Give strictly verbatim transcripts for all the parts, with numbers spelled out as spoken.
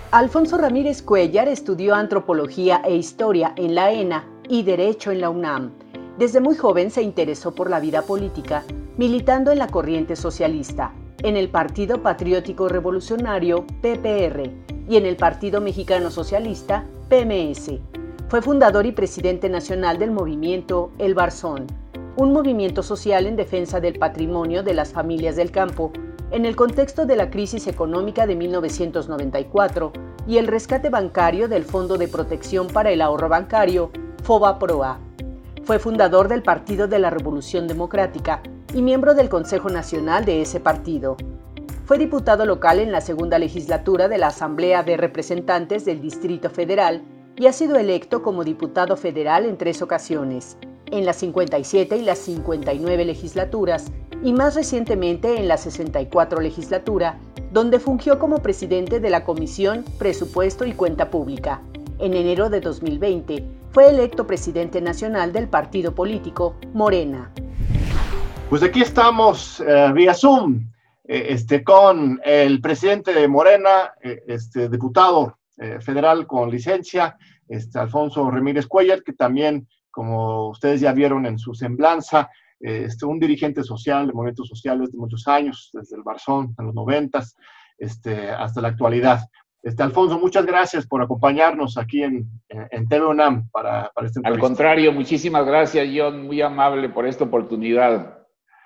Alfonso Ramírez Cuéllar estudió Antropología e Historia en la ENA y Derecho en la UNAM. Desde muy joven se interesó por la vida política, militando en la corriente socialista, en el Partido Patriótico Revolucionario, P P R, y en el Partido Mexicano Socialista, P M S. Fue fundador y presidente nacional del movimiento El Barzón, un movimiento social en defensa del patrimonio de las familias del campo, en el contexto de la crisis económica de mil novecientos noventa y cuatro y el rescate bancario del Fondo de Protección para el Ahorro Bancario, FOBAPROA. Fue fundador del Partido de la Revolución Democrática y miembro del Consejo Nacional de ese partido. Fue diputado local en la segunda legislatura de la Asamblea de Representantes del Distrito Federal y ha sido electo como diputado federal en tres ocasiones, en las cincuenta y siete y las cincuenta y nueve legislaturas, y más recientemente en la sesenta y cuatro legislatura, donde fungió como presidente de la Comisión Presupuesto y Cuenta Pública. En enero de dos mil veinte, fue electo presidente nacional del partido político Morena. Pues aquí estamos eh, vía Zoom, eh, este, con el presidente de Morena, eh, este, diputado eh, federal con licencia, este, Alfonso Ramírez Cuéllar, que también, como ustedes ya vieron en su semblanza, Este, un dirigente social de movimientos sociales de muchos años, desde el Barzón en los noventas este, hasta la actualidad. Este, Alfonso, muchas gracias por acompañarnos aquí en, en T V UNAM para, para esta entrevista. Al contrario, muchísimas gracias, John, muy amable por esta oportunidad.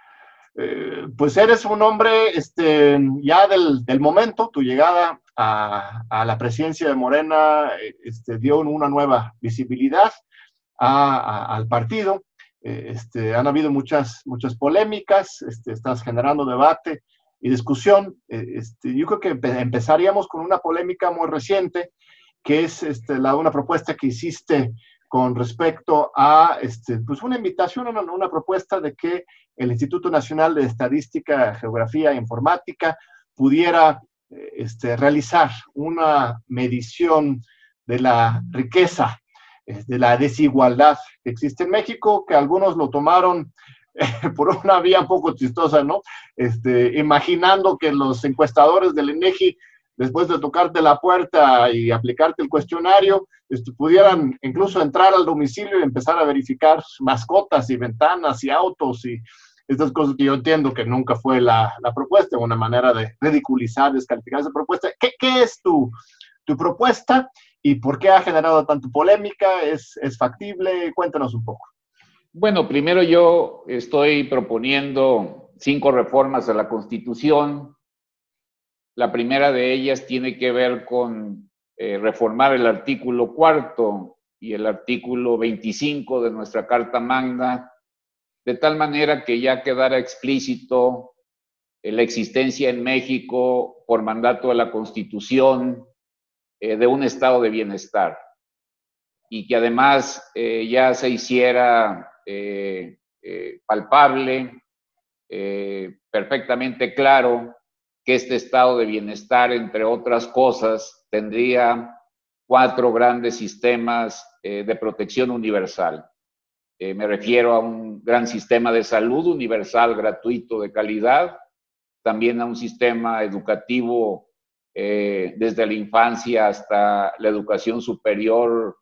Eh, pues eres un hombre este, ya del, del momento, tu llegada a, a la presidencia de Morena este, dio una nueva visibilidad a, a, al partido. Este, han habido muchas, muchas polémicas, este, estás generando debate y discusión. Este, yo creo que empe empezaríamos con una polémica muy reciente, que es este, la, una propuesta que hiciste con respecto a este, pues una invitación, una, una propuesta de que el Instituto Nacional de Estadística, Geografía e Informática pudiera este, realizar una medición de la riqueza, de la desigualdad que existe en México, que algunos lo tomaron eh, por una vía un poco chistosa, ¿no? Este, imaginando que los encuestadores del INEGI, después de tocarte la puerta y aplicarte el cuestionario, este, pudieran incluso entrar al domicilio y empezar a verificar mascotas y ventanas y autos y estas cosas que yo entiendo que nunca fue la, la propuesta, una manera de ridiculizar, descalificar esa propuesta. ¿Qué, qué es tu, tu propuesta? ¿Y por qué ha generado tanto polémica? ¿Es, es factible? Cuéntanos un poco. Bueno, primero yo estoy proponiendo cinco reformas a la Constitución. La primera de ellas tiene que ver con eh, reformar el artículo cuarto y el artículo veinticinco de nuestra Carta Magna, de tal manera que ya quedara explícito eh, la existencia en México, por mandato de la Constitución, de un estado de bienestar y que además eh, ya se hiciera eh, eh, palpable, eh, perfectamente claro que este estado de bienestar, entre otras cosas, tendría cuatro grandes sistemas eh, de protección universal. Eh, me refiero a un gran sistema de salud universal, gratuito, de calidad, también a un sistema educativo Eh, desde la infancia hasta la educación superior,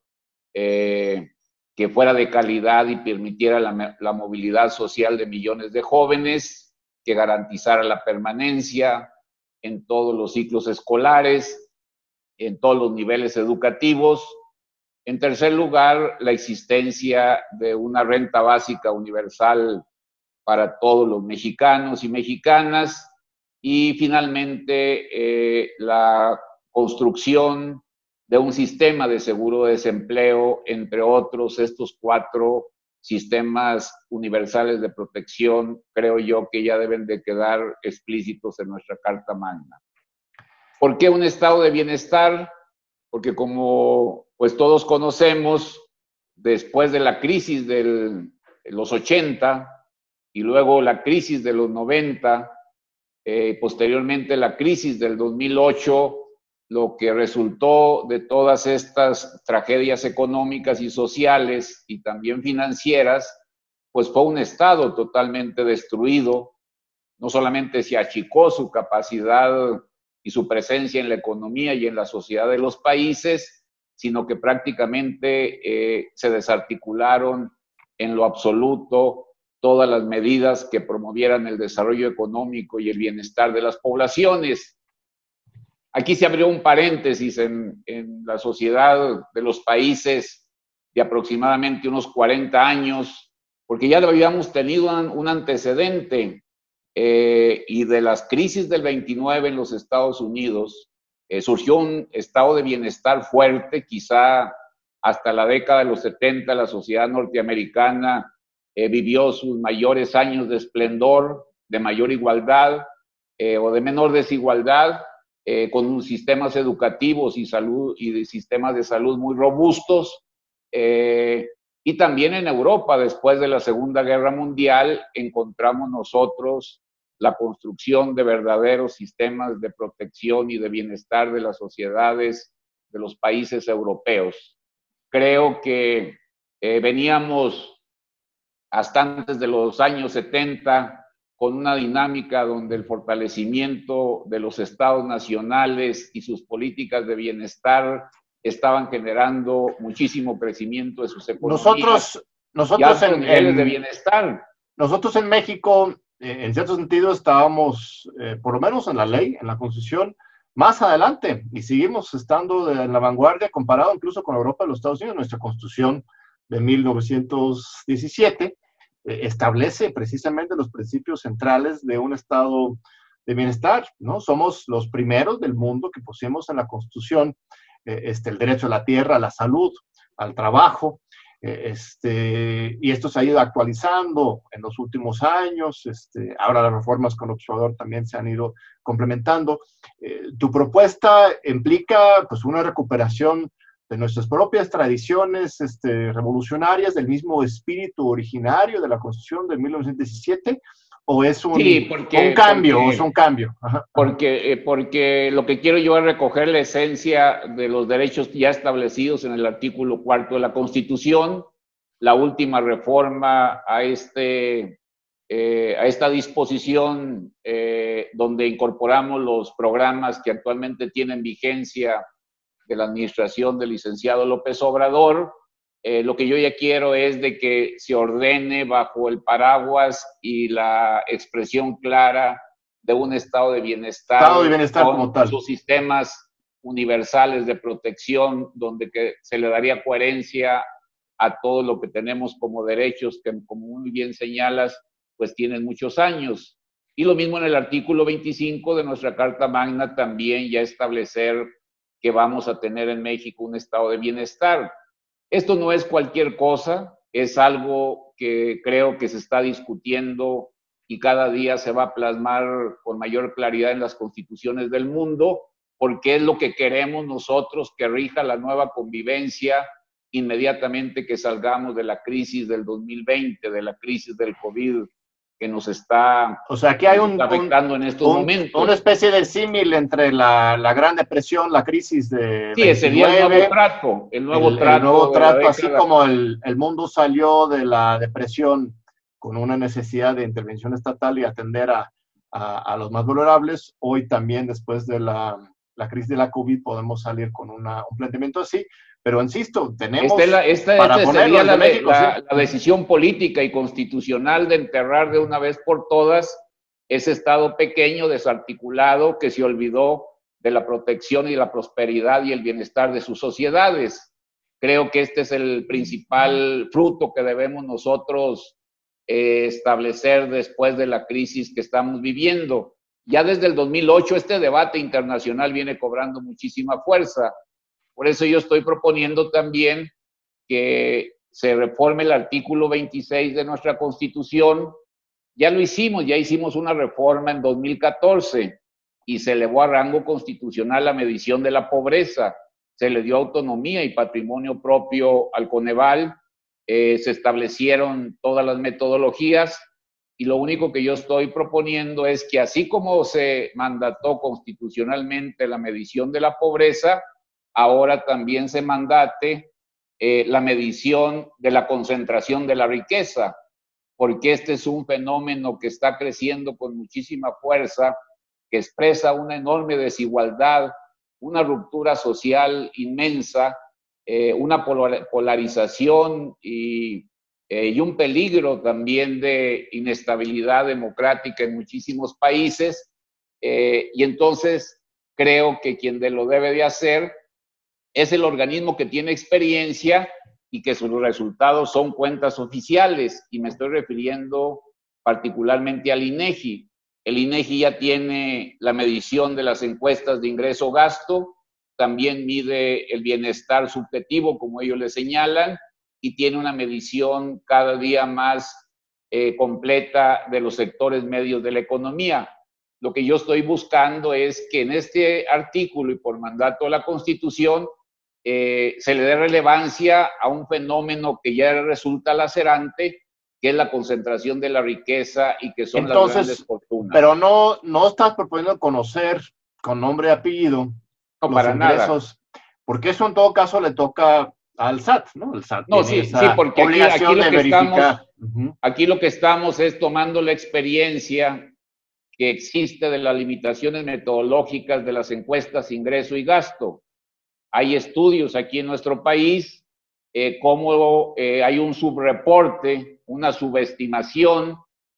eh, que fuera de calidad y permitiera la, la movilidad social de millones de jóvenes, que garantizara la permanencia en todos los ciclos escolares, en todos los niveles educativos. En tercer lugar, la existencia de una renta básica universal para todos los mexicanos y mexicanas. Y finalmente, eh, la construcción de un sistema de seguro de desempleo, entre otros, estos cuatro sistemas universales de protección, creo yo que ya deben de quedar explícitos en nuestra Carta Magna. ¿Por qué un estado de bienestar? Porque como pues todos conocemos, después de la crisis de los ochenta y luego la crisis de los noventa, Eh, posteriormente la crisis del dos mil ocho, lo que resultó de todas estas tragedias económicas y sociales y también financieras, pues fue un Estado totalmente destruido. No solamente se achicó su capacidad y su presencia en la economía y en la sociedad de los países, sino que prácticamente eh, se desarticularon en lo absoluto todas las medidas que promovieran el desarrollo económico y el bienestar de las poblaciones. Aquí se abrió un paréntesis en, en la sociedad de los países de aproximadamente unos cuarenta años, porque ya habíamos tenido un, un antecedente eh, y de las crisis del veintinueve en los Estados Unidos eh, surgió un estado de bienestar fuerte, quizá hasta la década de los setenta la sociedad norteamericana eh, vivió sus mayores años de esplendor, de mayor igualdad eh, o de menor desigualdad, eh, con sistemas educativos y, salud, y de sistemas de salud muy robustos. Eh, y también en Europa, después de la Segunda Guerra Mundial, encontramos nosotros la construcción de verdaderos sistemas de protección y de bienestar de las sociedades de los países europeos. Creo que eh, veníamos hasta antes de los años setenta con una dinámica donde el fortalecimiento de los estados nacionales y sus políticas de bienestar estaban generando muchísimo crecimiento de sus economías. Nosotros, nosotros y en, niveles en, de bienestar. Nosotros en México, eh, en cierto sentido, estábamos, eh, por lo menos en la ley, en la Constitución, más adelante, y seguimos estando de, en la vanguardia comparado incluso con Europa y los Estados Unidos. Nuestra Constitución de mil novecientos diecisiete eh, establece precisamente los principios centrales de un estado de bienestar, ¿no? Somos los primeros del mundo que pusimos en la Constitución eh, este, el derecho a la tierra, a la salud, al trabajo. Este, y esto se ha ido actualizando en los últimos años. Este, ahora las reformas con observador también se han ido complementando. Eh, tu propuesta implica pues, una recuperación de nuestras propias tradiciones este, revolucionarias, del mismo espíritu originario de la Constitución de mil novecientos diecisiete, o es un, sí, porque, un cambio, porque, o es un cambio. Ajá. Porque, eh, porque lo que quiero yo es recoger la esencia de los derechos ya establecidos en el artículo cuarto de la Constitución, la última reforma a, este, eh, a esta disposición eh, donde incorporamos los programas que actualmente tienen vigencia de la administración del licenciado López Obrador. Eh, lo que yo ya quiero es de que se ordene bajo el paraguas y la expresión clara de un estado de bienestar, estado de bienestar con como tal. Sus sistemas universales de protección, donde que se le daría coherencia a todo lo que tenemos como derechos, que como muy bien señalas, pues tienen muchos años. Y lo mismo en el artículo veinticinco de nuestra Carta Magna, también ya establecer que vamos a tener en México un estado de bienestar. Esto no es cualquier cosa, es algo que creo que se está discutiendo y cada día se va a plasmar con mayor claridad en las constituciones del mundo, porque es lo que queremos nosotros que rija la nueva convivencia inmediatamente que salgamos de la crisis del dos mil veinte, de la crisis del COVID que nos está, o sea, aquí hay un, afectando un, en estos un, momentos. Una especie de símil entre la, la Gran Depresión, la crisis de Sí, ese sería el nuevo trato, el nuevo el, trato. El nuevo trato, así como el, el mundo salió de la depresión con una necesidad de intervención estatal y atender a, a, a los más vulnerables, hoy también después de la, la crisis de la COVID podemos salir con una, un planteamiento así. Pero insisto, tenemos esta, es la, esta, para esta sería la, México, la, ¿sí? la decisión política y constitucional de enterrar de una vez por todas ese estado pequeño, desarticulado, que se olvidó de la protección y la prosperidad y el bienestar de sus sociedades. Creo que este es el principal fruto que debemos nosotros eh, establecer después de la crisis que estamos viviendo. Ya desde el dos mil ocho este debate internacional viene cobrando muchísima fuerza. Por eso yo estoy proponiendo también que se reforme el artículo veintiséis de nuestra Constitución. Ya lo hicimos, ya hicimos una reforma en dos mil catorce y se elevó a rango constitucional la medición de la pobreza. Se le dio autonomía y patrimonio propio al Coneval, eh, se establecieron todas las metodologías y lo único que yo estoy proponiendo es que así como se mandató constitucionalmente la medición de la pobreza, ahora también se mandate eh, la medición de la concentración de la riqueza, porque este es un fenómeno que está creciendo con muchísima fuerza que expresa una enorme desigualdad, una ruptura social inmensa, eh, una polarización y, eh, y un peligro también de inestabilidad democrática en muchísimos países. Eh, y entonces creo que quien de lo debe de hacer es el organismo que tiene experiencia y que sus resultados son cuentas oficiales, y me estoy refiriendo particularmente al INEGI. El INEGI ya tiene la medición de las encuestas de ingreso-gasto, también mide el bienestar subjetivo, como ellos le señalan, y tiene una medición cada día más eh, completa de los sectores medios de la economía. Lo que yo estoy buscando es que en este artículo y por mandato de la Constitución eh, se le dé relevancia a un fenómeno que ya resulta lacerante, que es la concentración de la riqueza y que son Entonces, las grandes fortunas. Pero no, no estás proponiendo conocer con nombre y apellido no, los para ingresos, nada. Porque eso en todo caso le toca al S A T, ¿no? El S A T no, tiene sí, esa sí, porque aquí, aquí, lo de que verificar. estamos, uh-huh. aquí lo que estamos es tomando la experiencia que existe de las limitaciones metodológicas de las encuestas ingreso y gasto. Hay estudios aquí en nuestro país, eh, cómo eh, hay un subreporte, una subestimación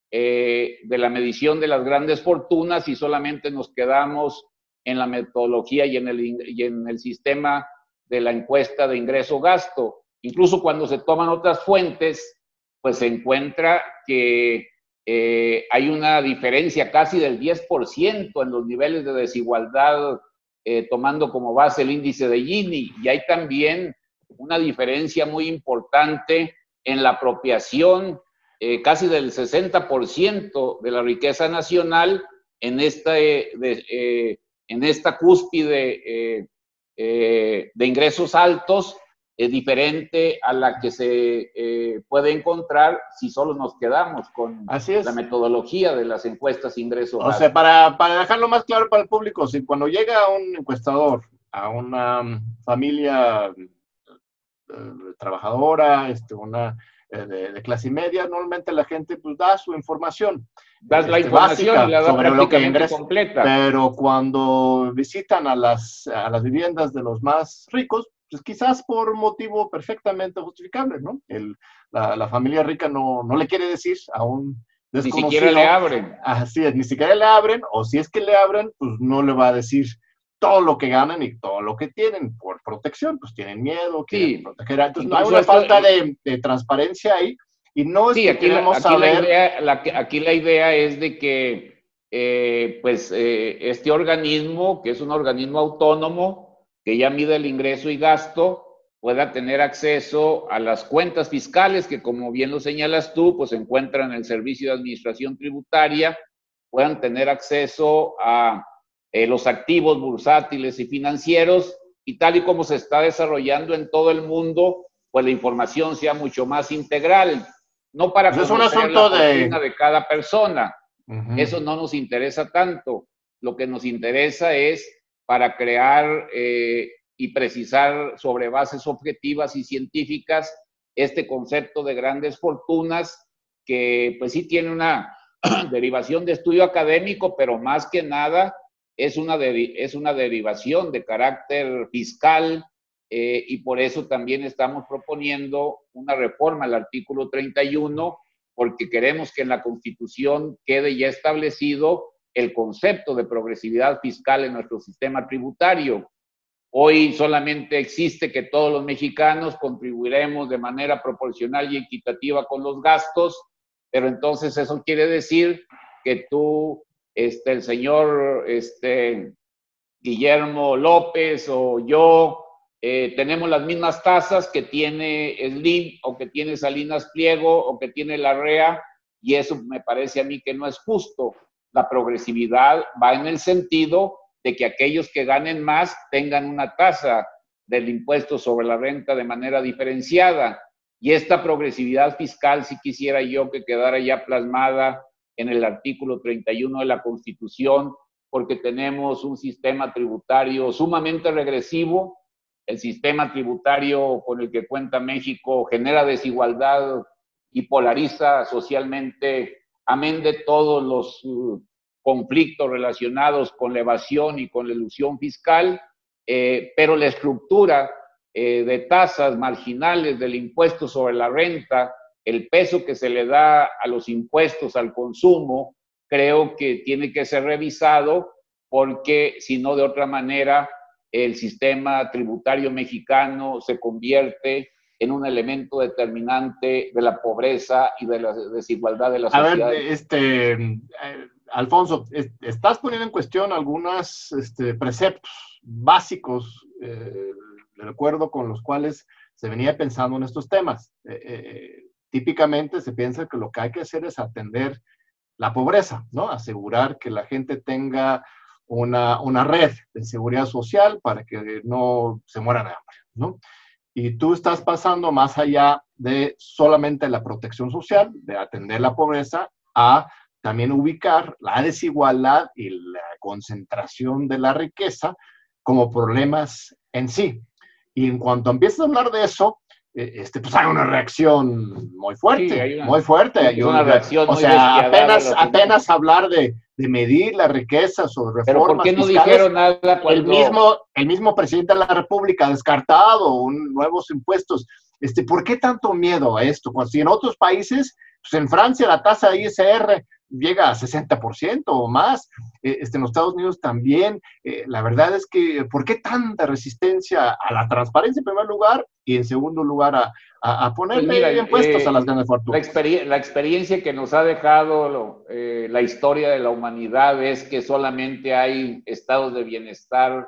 eh, de la medición de las grandes fortunas y solamente nos quedamos en la metodología y en el, y en el sistema de la encuesta de ingreso-gasto. Incluso cuando se toman otras fuentes, pues se encuentra que eh, hay una diferencia casi del diez por ciento en los niveles de desigualdad, eh, tomando como base el índice de Gini, y hay también una diferencia muy importante en la apropiación, eh, casi del sesenta por ciento de la riqueza nacional en esta, eh, de, eh, en esta cúspide eh, eh, de ingresos altos, es diferente a la que se eh, puede encontrar si solo nos quedamos con la metodología de las encuestas ingresos. O sea, para, para dejarlo más claro para el público, si cuando llega un encuestador a una familia eh, trabajadora, este, una eh, de, de clase media, normalmente la gente pues da su información. Das la este, información básica y la da sobre lo que ingresa completa. Pero cuando visitan a las, a las viviendas de los más ricos, pues quizás por motivo perfectamente justificable, ¿no? El, la, la familia rica no, no le quiere decir a un desconocido. Ni siquiera le abren. Así es, ni siquiera le abren, o si es que le abren, pues no le va a decir todo lo que ganan y todo lo que tienen por protección, pues tienen miedo, quieren sí. proteger. Entonces no hay una esto, falta de, de transparencia ahí, y no es sí, que aquí queremos la, aquí saber... La idea, la, aquí la idea es de que eh, pues eh, este organismo, que es un organismo autónomo, que ya mide el ingreso y gasto, pueda tener acceso a las cuentas fiscales que, como bien lo señalas tú, pues se encuentran en el Servicio de Administración Tributaria, puedan tener acceso a eh, los activos bursátiles y financieros, y tal y como se está desarrollando en todo el mundo, pues la información sea mucho más integral, no para pues conocer es un asunto la fortuna de... de cada persona. Uh-huh. Eso no nos interesa tanto. Lo que nos interesa es para crear eh, y precisar sobre bases objetivas y científicas este concepto de grandes fortunas, que pues sí tiene una derivación de estudio académico, pero más que nada es una, de, es una derivación de carácter fiscal, eh, y por eso también estamos proponiendo una reforma al artículo treinta y uno, porque queremos que en la Constitución quede ya establecido el concepto de progresividad fiscal en nuestro sistema tributario. Hoy solamente existe que todos los mexicanos contribuiremos de manera proporcional y equitativa con los gastos, pero entonces eso quiere decir que tú, este, el señor este, Guillermo López o yo, eh, tenemos las mismas tasas que tiene Slim o que tiene Salinas Pliego o que tiene Larrea, y eso me parece a mí que no es justo. La progresividad va en el sentido de que aquellos que ganen más tengan una tasa del impuesto sobre la renta de manera diferenciada. Y esta progresividad fiscal, si quisiera yo que quedara ya plasmada en el artículo treinta y uno de la Constitución, porque tenemos un sistema tributario sumamente regresivo. El sistema tributario con el que cuenta México genera desigualdad y polariza socialmente, amén de todos los conflictos relacionados con la evasión y con la elusión fiscal, eh, pero la estructura eh, de tasas marginales del impuesto sobre la renta, el peso que se le da a los impuestos al consumo, creo que tiene que ser revisado, porque si no, de otra manera, el sistema tributario mexicano se convierte en un elemento determinante de la pobreza y de la desigualdad de la sociedad. A ver, este, eh, Alfonso, estás poniendo en cuestión algunos este, preceptos básicos, eh, de acuerdo con los cuales se venía pensando en estos temas. Eh, eh, típicamente se piensa que lo que hay que hacer es atender la pobreza, ¿no? Asegurar que la gente tenga una, una red de seguridad social para que no se mueran de hambre, ¿no? Y tú estás pasando más allá de solamente la protección social, de atender la pobreza, a también ubicar la desigualdad y la concentración de la riqueza como problemas en sí. Y en cuanto empiezas a hablar de eso, este, pues hay una reacción muy fuerte, sí, hay una, muy fuerte. Hay una, una reacción o muy sea, apenas, apenas hablar de, de medir la riqueza sobre reformas ¿Pero por qué no fiscales, dijeron nada cuando... el mismo, el mismo presidente de la República ha descartado un, nuevos impuestos. Este, ¿por qué tanto miedo a esto? Pues si en otros países, pues en Francia la tasa de I S R llega a sesenta por ciento o más, este, en los Estados Unidos también. Eh, la verdad es que, ¿por qué tanta resistencia a la transparencia en primer lugar y en segundo lugar a, a, a ponerle pues mira, impuestos eh, a las grandes fortunas? La, experien la experiencia que nos ha dejado lo, eh, la historia de la humanidad es que solamente hay estados de bienestar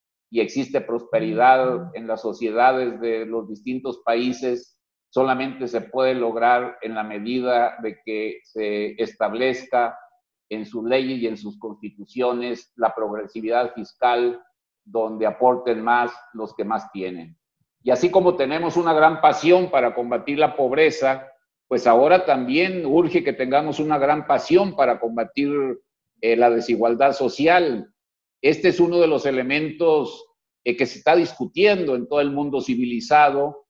y existe prosperidad en las sociedades de los distintos países, solamente se puede lograr en la medida de que se establezca en sus leyes y en sus constituciones la progresividad fiscal, donde aporten más los que más tienen. Y así como tenemos una gran pasión para combatir la pobreza, pues ahora también urge que tengamos una gran pasión para combatir eh, la desigualdad social. Este es uno de los elementos eh, que se está discutiendo en todo el mundo civilizado,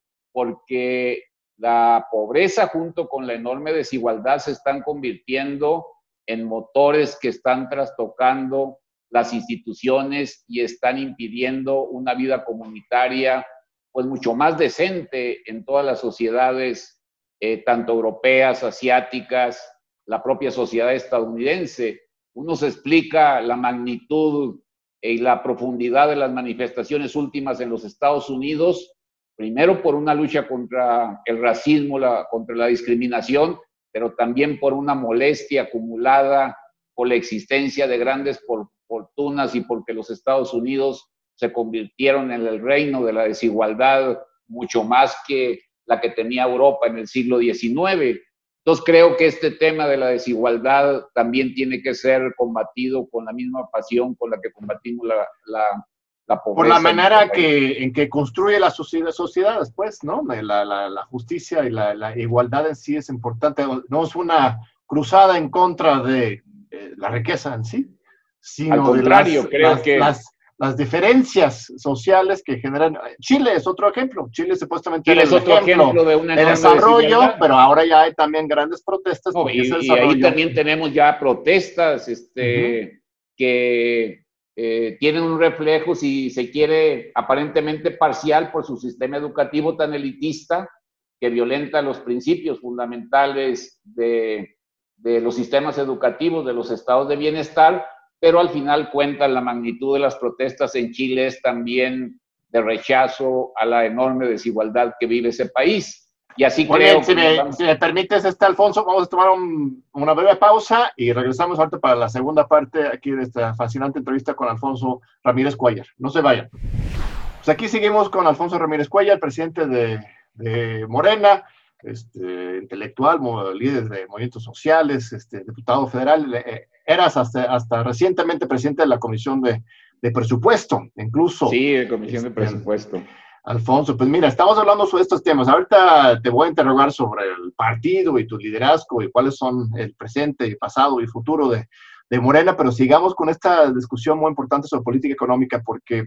porque la pobreza junto con la enorme desigualdad se están convirtiendo en motores que están trastocando las instituciones y están impidiendo una vida comunitaria pues mucho más decente en todas las sociedades, eh, tanto europeas, asiáticas, la propia sociedad estadounidense. Uno se explica la magnitud y la profundidad de las manifestaciones últimas en los Estados Unidos, primero por una lucha contra el racismo, la, contra la discriminación, pero también por una molestia acumulada por la existencia de grandes por, fortunas y porque los Estados Unidos se convirtieron en el reino de la desigualdad mucho más que la que tenía Europa en el siglo diecinueve. Entonces creo que este tema de la desigualdad también tiene que ser combatido con la misma pasión con la que combatimos la, la La por la manera que, en que construye la sociedad, sociedad después, ¿no? La, la, la justicia y la, la igualdad en sí es importante. No es una cruzada en contra de eh, la riqueza en sí, sino al contrario, de las, creo las, que... Las, las diferencias sociales que generan... Chile es otro ejemplo. Chile supuestamente Chile es otro ejemplo, ejemplo de una de desarrollo, pero ahora ya hay también grandes protestas. No, y, y ahí también tenemos ya protestas este, uh-huh. que... Eh, tienen un reflejo, si se quiere, aparentemente parcial por su sistema educativo tan elitista que violenta los principios fundamentales de, de los sistemas educativos de los estados de bienestar, pero al final cuenta la magnitud de las protestas en Chile es también de rechazo a la enorme desigualdad que vive ese país. Y así Muy creo bien, si, que me, vamos... si me permites, este, Alfonso, vamos a tomar un, una breve pausa y regresamos ahorita para la segunda parte aquí de esta fascinante entrevista con Alfonso Ramírez Cuéllar. No se vayan. Pues aquí seguimos con Alfonso Ramírez Cuéllar, presidente de, de Morena, este, intelectual, líder de movimientos sociales, este, diputado federal. Eh, eras hasta, hasta recientemente presidente de la Comisión de, de Presupuesto, incluso. Sí, de Comisión este, de Presupuesto. Alfonso, pues mira, estamos hablando sobre estos temas. Ahorita te voy a interrogar sobre el partido y tu liderazgo y cuáles son el presente, pasado y futuro de, de Morena, pero sigamos con esta discusión muy importante sobre política económica porque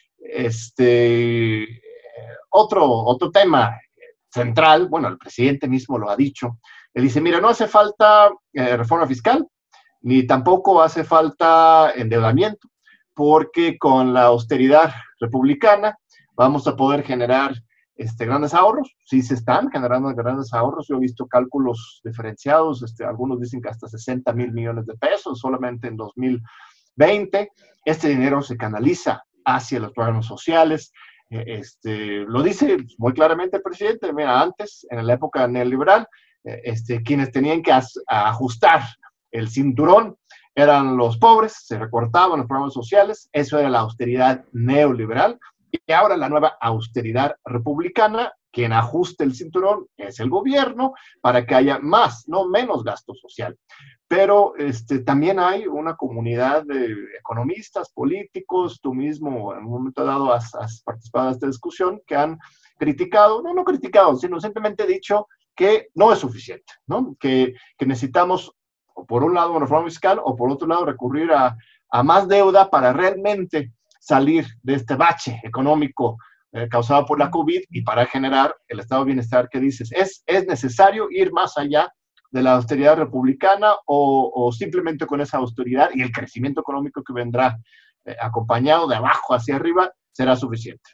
este otro, otro tema central, bueno, el presidente mismo lo ha dicho, él dice, mira, no hace falta eh, reforma fiscal, ni tampoco hace falta endeudamiento, porque con la austeridad republicana vamos a poder generar este, grandes ahorros. Sí se están generando grandes ahorros. Yo he visto cálculos diferenciados, este, algunos dicen que hasta sesenta mil millones de pesos solamente en dos mil veinte. Este dinero se canaliza hacia los programas sociales. Este, lo dice muy claramente el presidente. Mira, antes, en la época neoliberal, este, quienes tenían que ajustar el cinturón eran los pobres, se recortaban los programas sociales. Eso era la austeridad neoliberal. Y ahora la nueva austeridad republicana, quien ajuste el cinturón es el gobierno para que haya más, no menos gasto social. Pero este, también hay una comunidad de economistas, políticos, tú mismo en un momento dado has, has participado en esta discusión, que han criticado, no, no criticado, sino simplemente dicho que no es suficiente, ¿no? Que, que necesitamos, o por un lado, una reforma fiscal, o por otro lado, recurrir a, a más deuda para realmente salir de este bache económico eh, causado por la COVID y para generar el estado de bienestar que dices. ¿Es, es necesario ir más allá de la austeridad republicana o, o simplemente con esa austeridad y el crecimiento económico que vendrá eh, acompañado de abajo hacia arriba será suficiente?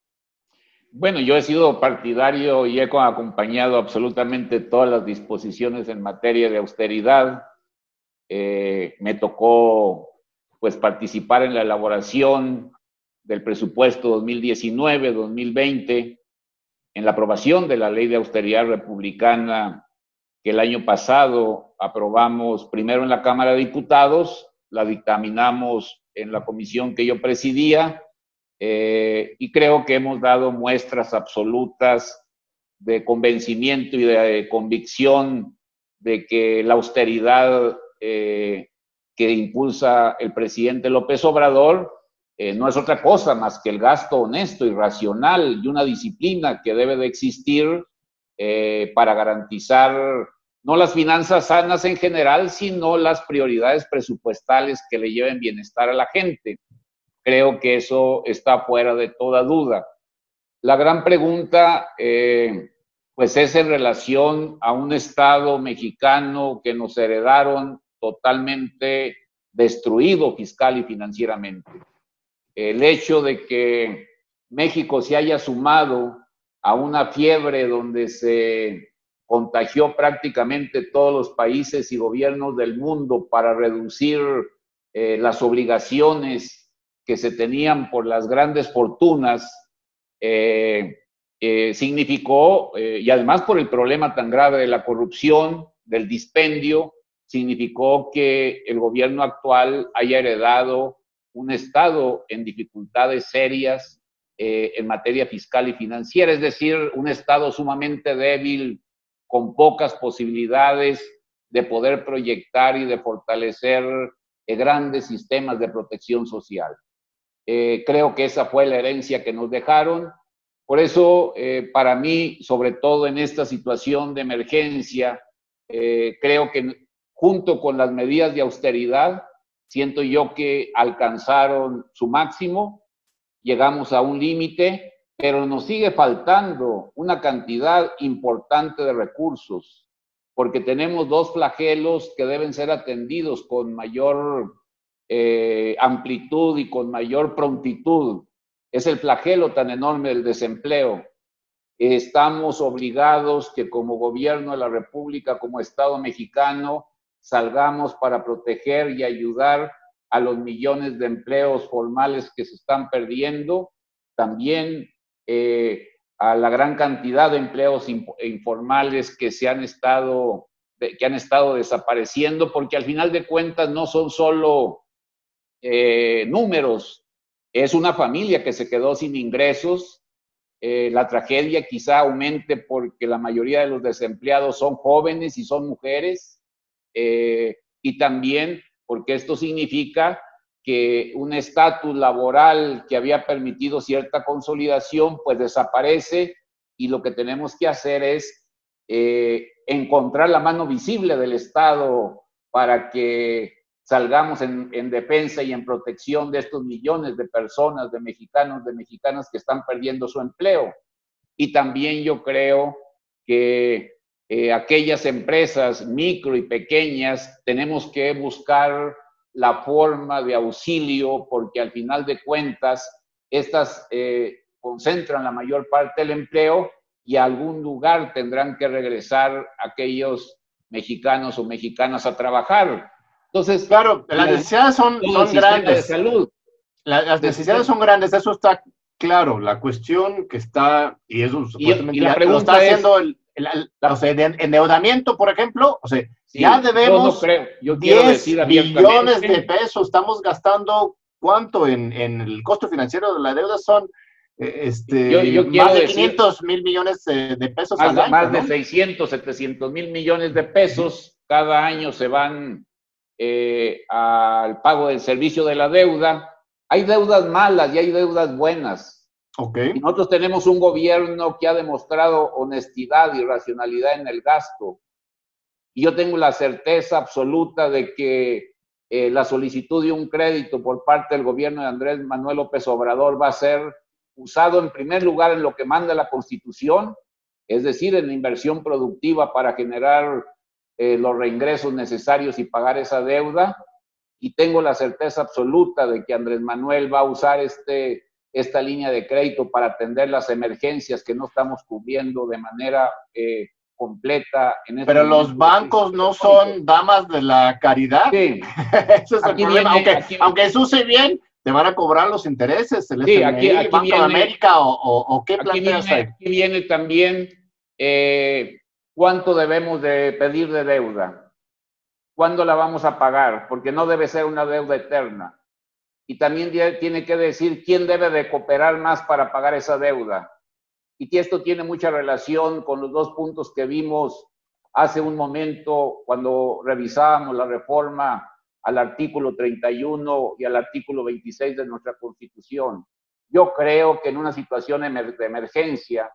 Bueno, yo he sido partidario y he acompañado absolutamente todas las disposiciones en materia de austeridad. Eh, me tocó pues participar en la elaboración del presupuesto dos mil diecinueve dos mil veinte, en la aprobación de la ley de austeridad republicana que el año pasado aprobamos primero en la Cámara de Diputados, la dictaminamos en la comisión que yo presidía, eh, y creo que hemos dado muestras absolutas de convencimiento y de convicción de que la austeridad eh, que impulsa el presidente López Obrador eh, no es otra cosa más que el gasto honesto y racional y una disciplina que debe de existir eh, para garantizar no las finanzas sanas en general, sino las prioridades presupuestales que le lleven bienestar a la gente. Creo que eso está fuera de toda duda. La gran pregunta, eh, pues es en relación a un Estado mexicano que nos heredaron totalmente destruido fiscal y financieramente. El hecho de que México se haya sumado a una fiebre donde se contagió prácticamente todos los países y gobiernos del mundo para reducir eh, las obligaciones que se tenían por las grandes fortunas, eh, eh, significó, eh, y además por el problema tan grave de la corrupción, del dispendio, significó que el gobierno actual haya heredado un Estado en dificultades serias eh, en materia fiscal y financiera, es decir, un Estado sumamente débil, con pocas posibilidades de poder proyectar y de fortalecer eh, grandes sistemas de protección social. Eh, creo que esa fue la herencia que nos dejaron. Por eso, eh, para mí, sobre todo en esta situación de emergencia, eh, creo que junto con las medidas de austeridad, siento yo que alcanzaron su máximo, llegamos a un límite, pero nos sigue faltando una cantidad importante de recursos, porque tenemos dos flagelos que deben ser atendidos con mayor eh, amplitud y con mayor prontitud. Es el flagelo tan enorme del desempleo. Estamos obligados que como gobierno de la República, como Estado mexicano, salgamos para proteger y ayudar a los millones de empleos formales que se están perdiendo, también eh, a la gran cantidad de empleos informales que se han estado, que han estado desapareciendo, porque al final de cuentas no son solo eh, números, es una familia que se quedó sin ingresos. Eh, la tragedia quizá aumente porque la mayoría de los desempleados son jóvenes y son mujeres. Eh, y también porque esto significa que un estatus laboral que había permitido cierta consolidación, pues desaparece, y lo que tenemos que hacer es eh, encontrar la mano visible del Estado para que salgamos en, en defensa y en protección de estos millones de personas, de mexicanos, de mexicanas que están perdiendo su empleo. Y también yo creo que eh, aquellas empresas micro y pequeñas, tenemos que buscar la forma de auxilio, porque al final de cuentas, estas eh, concentran la mayor parte del empleo y a algún lugar tendrán que regresar aquellos mexicanos o mexicanas a trabajar. Entonces, claro, las necesidades son, son grandes. De salud. La, las necesidades son grandes, eso está claro. La cuestión que está, y eso supuestamente y, y la lo está haciendo es, el, el, el la, o sea, de endeudamiento, por ejemplo, o sea, sí, ya debemos yo no creo. Yo diez billones de pesos, estamos gastando, ¿cuánto en, en el costo financiero de la deuda? Son este, yo, yo más de decir, quinientos mil millones de, de pesos más, al año, más ¿no? de seiscientos, setecientos mil millones de pesos cada año se van eh, al pago del servicio de la deuda. Hay deudas malas y hay deudas buenas. Okay. Y nosotros tenemos un gobierno que ha demostrado honestidad y racionalidad en el gasto. Y yo tengo la certeza absoluta de que eh, la solicitud de un crédito por parte del gobierno de Andrés Manuel López Obrador va a ser usado en primer lugar en lo que manda la Constitución, es decir, en la inversión productiva para generar eh, los reingresos necesarios y pagar esa deuda. Y tengo la certeza absoluta de que Andrés Manuel va a usar este, esta línea de crédito para atender las emergencias que no estamos cubriendo de manera eh, completa. En este Pero los bancos no son damas de la caridad. Sí. Ese es aquí el problema. Viene, aunque, aquí... aunque se use bien, te van a cobrar los intereses. El sí, F M I, aquí, aquí Banco viene, de América o, o, o qué aquí planteas viene, ahí. Aquí viene también eh, cuánto debemos de pedir de deuda. ¿Cuándo la vamos a pagar? Porque no debe ser una deuda eterna. Y también tiene que decir quién debe de cooperar más para pagar esa deuda. Y esto tiene mucha relación con los dos puntos que vimos hace un momento cuando revisábamos la reforma al artículo treinta y uno y al artículo veintiséis de nuestra Constitución. Yo creo que en una situación de emergencia,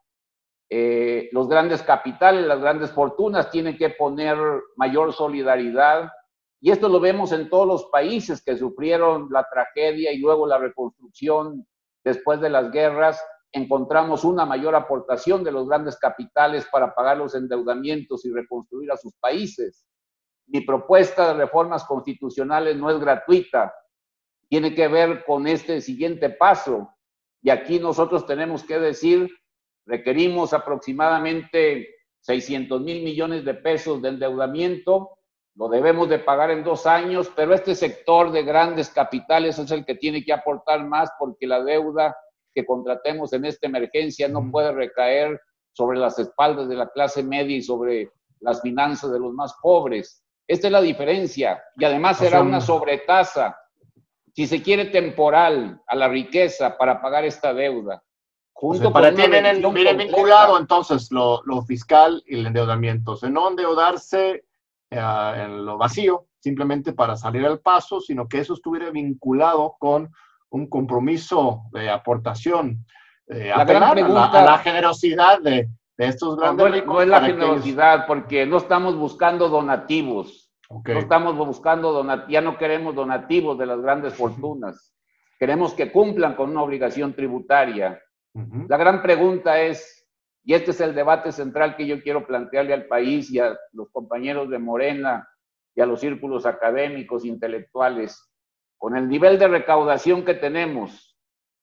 Eh, los grandes capitales, las grandes fortunas tienen que poner mayor solidaridad, y esto lo vemos en todos los países que sufrieron la tragedia y luego la reconstrucción después de las guerras. Encontramos una mayor aportación de los grandes capitales para pagar los endeudamientos y reconstruir a sus países. Mi propuesta de reformas constitucionales no es gratuita, tiene que ver con este siguiente paso, y aquí nosotros tenemos que decir: requerimos aproximadamente seiscientos mil millones de pesos de endeudamiento, lo debemos de pagar en dos años, pero este sector de grandes capitales es el que tiene que aportar más, porque la deuda que contratemos en esta emergencia no puede recaer sobre las espaldas de la clase media y sobre las finanzas de los más pobres. Esta es la diferencia, y además será una sobretasa, si se quiere, temporal a la riqueza para pagar esta deuda. O sea, para ti viene, viene vinculado entonces lo, lo fiscal y el endeudamiento. O sea, no endeudarse eh, en lo vacío, simplemente para salir al paso, sino que eso estuviera vinculado con un compromiso de aportación. Eh, la gran pregunta, a, la, a la generosidad de, de estos grandes no, ricos. No es la generosidad, ellos... porque no estamos buscando donativos. Okay. No estamos buscando donativos, ya no queremos donativos de las grandes fortunas. Queremos que cumplan con una obligación tributaria. Uh-huh. La gran pregunta es, y este es el debate central que yo quiero plantearle al país y a los compañeros de Morena y a los círculos académicos, intelectuales, con el nivel de recaudación que tenemos,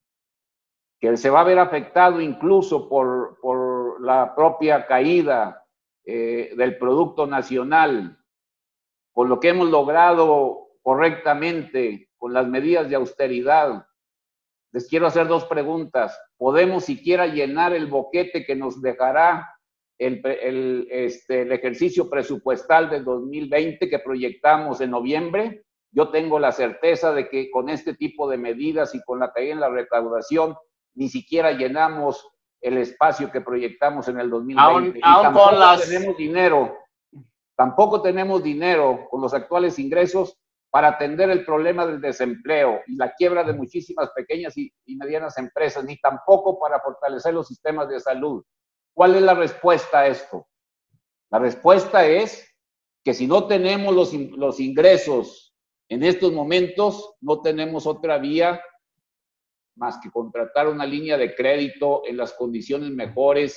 que se va a ver afectado incluso por, por la propia caída eh, del Producto Nacional, con lo que hemos logrado correctamente con las medidas de austeridad. Les quiero hacer dos preguntas. ¿Podemos siquiera llenar el boquete que nos dejará el, el, este, el ejercicio presupuestal del dos mil veinte que proyectamos en noviembre? Yo tengo la certeza de que con este tipo de medidas y con la caída en la recaudación, ni siquiera llenamos el espacio que proyectamos en el dos mil veinte. Aún, aún tampoco con las... tenemos dinero, tampoco tenemos dinero con los actuales ingresos para atender el problema del desempleo y la quiebra de muchísimas pequeñas y, y medianas empresas, ni tampoco para fortalecer los sistemas de salud. ¿Cuál es la respuesta a esto? La respuesta es que si no tenemos los, los ingresos en estos momentos, no tenemos otra vía más que contratar una línea de crédito en las condiciones mejores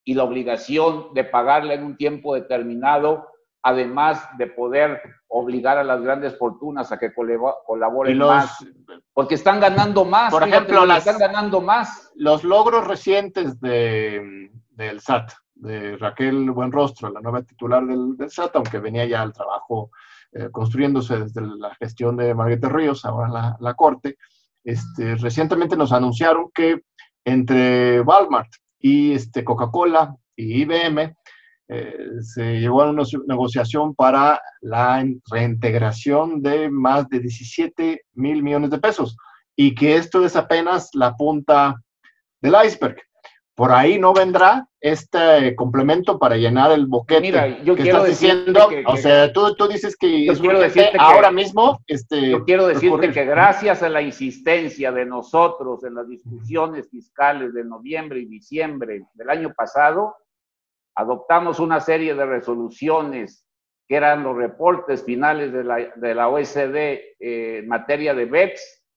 y la obligación de pagarla en un tiempo determinado, además de poder obligar a las grandes fortunas a que colaboren los, más, porque están ganando más. Por ejemplo, las, están ganando más. Los logros recientes de, del S A T, de Raquel Buenrostro, la nueva titular del, del S A T, aunque venía ya el trabajo eh, construyéndose desde la gestión de Margarita Ríos, ahora la, la Corte, este, recientemente nos anunciaron que entre Walmart y este, Coca-Cola y I B M, eh, se llegó a una negociación para la reintegración de más de diecisiete mil millones de pesos, y que esto es apenas la punta del iceberg. Por ahí no vendrá este complemento para llenar el boquete. Mira, yo que quiero estás diciendo, que, o que, sea, tú, tú dices que yo es quiero decirte ahora que, mismo. Este, yo quiero decirte recurrir. que gracias a la insistencia de nosotros en las discusiones fiscales de noviembre y diciembre del año pasado, adoptamos una serie de resoluciones que eran los reportes finales de la, de la O E C D eh, en materia de B E P S,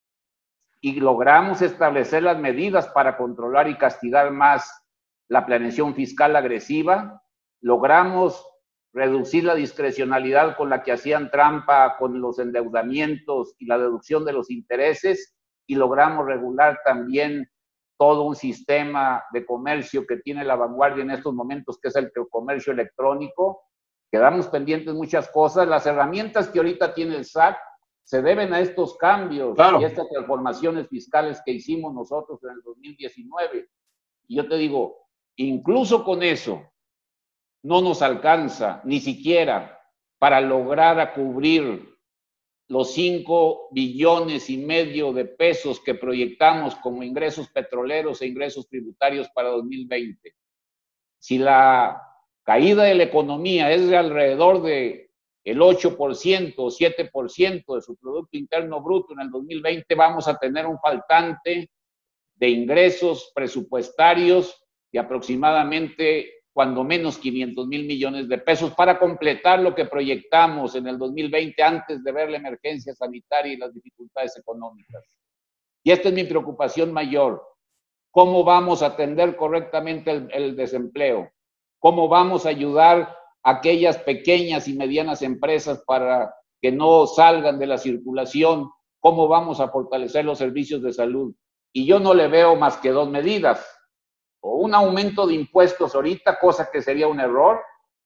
y logramos establecer las medidas para controlar y castigar más la planeación fiscal agresiva. Logramos reducir la discrecionalidad con la que hacían trampa con los endeudamientos y la deducción de los intereses, y logramos regular también todo un sistema de comercio que tiene la vanguardia en estos momentos, que es el comercio electrónico. Quedamos pendientes muchas cosas. Las herramientas que ahorita tiene el S A C se deben a estos cambios, claro, y estas transformaciones fiscales que hicimos nosotros en el dos mil diecinueve. Y yo te digo, incluso con eso, no nos alcanza ni siquiera para lograr a cubrir los cinco billones y medio de pesos que proyectamos como ingresos petroleros e ingresos tributarios para dos mil veinte. Si la caída de la economía es de alrededor de el ocho por ciento o siete por ciento de su Producto Interno Bruto en el dos mil veinte, vamos a tener un faltante de ingresos presupuestarios de aproximadamente, cuando menos, quinientos mil millones de pesos para completar lo que proyectamos en el dos mil veinte antes de ver la emergencia sanitaria y las dificultades económicas. Y esta es mi preocupación mayor. ¿Cómo vamos a atender correctamente el, el desempleo? ¿Cómo vamos a ayudar a aquellas pequeñas y medianas empresas para que no salgan de la circulación? ¿Cómo vamos a fortalecer los servicios de salud? Y yo no le veo más que dos medidas: o un aumento de impuestos ahorita, cosa que sería un error,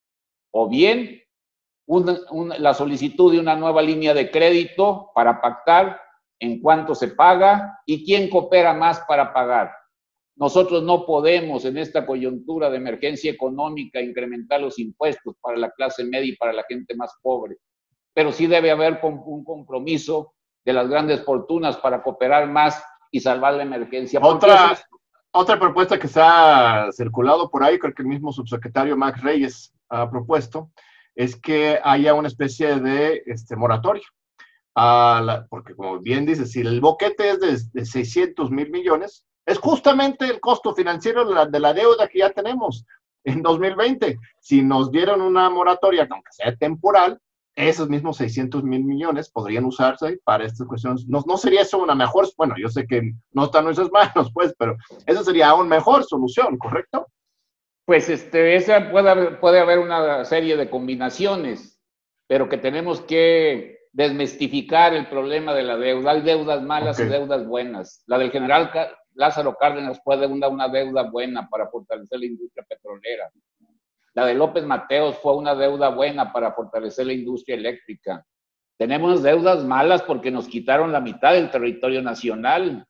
o bien una, una, la solicitud de una nueva línea de crédito para pactar en cuánto se paga y quién coopera más para pagar. Nosotros no podemos en esta coyuntura de emergencia económica incrementar los impuestos para la clase media y para la gente más pobre, pero sí debe haber un compromiso de las grandes fortunas para cooperar más y salvar la emergencia. Otra, es... otra propuesta que se ha circulado por ahí, creo que el mismo subsecretario Max Reyes ha propuesto, es que haya una especie de este, moratorio. A la, porque como bien dices, si el boquete es de, de seiscientos mil millones, es justamente el costo financiero de la, de la deuda que ya tenemos en dos mil veinte. Si nos dieron una moratoria, aunque sea temporal, esos mismos seiscientos mil millones podrían usarse para estas cuestiones. No, no sería eso una mejor, bueno, yo sé que no está en nuestras manos, pues, pero eso sería aún mejor solución, ¿correcto? Pues este, esa puede haber, puede haber una serie de combinaciones, pero que tenemos que desmistificar el problema de la deuda. Hay deudas malas okay. y deudas buenas. La del general Lázaro Cárdenas fue de una, una deuda buena para fortalecer la industria petrolera. La de López Mateos fue una deuda buena para fortalecer la industria eléctrica. Tenemos deudas malas porque nos quitaron la mitad del territorio nacional.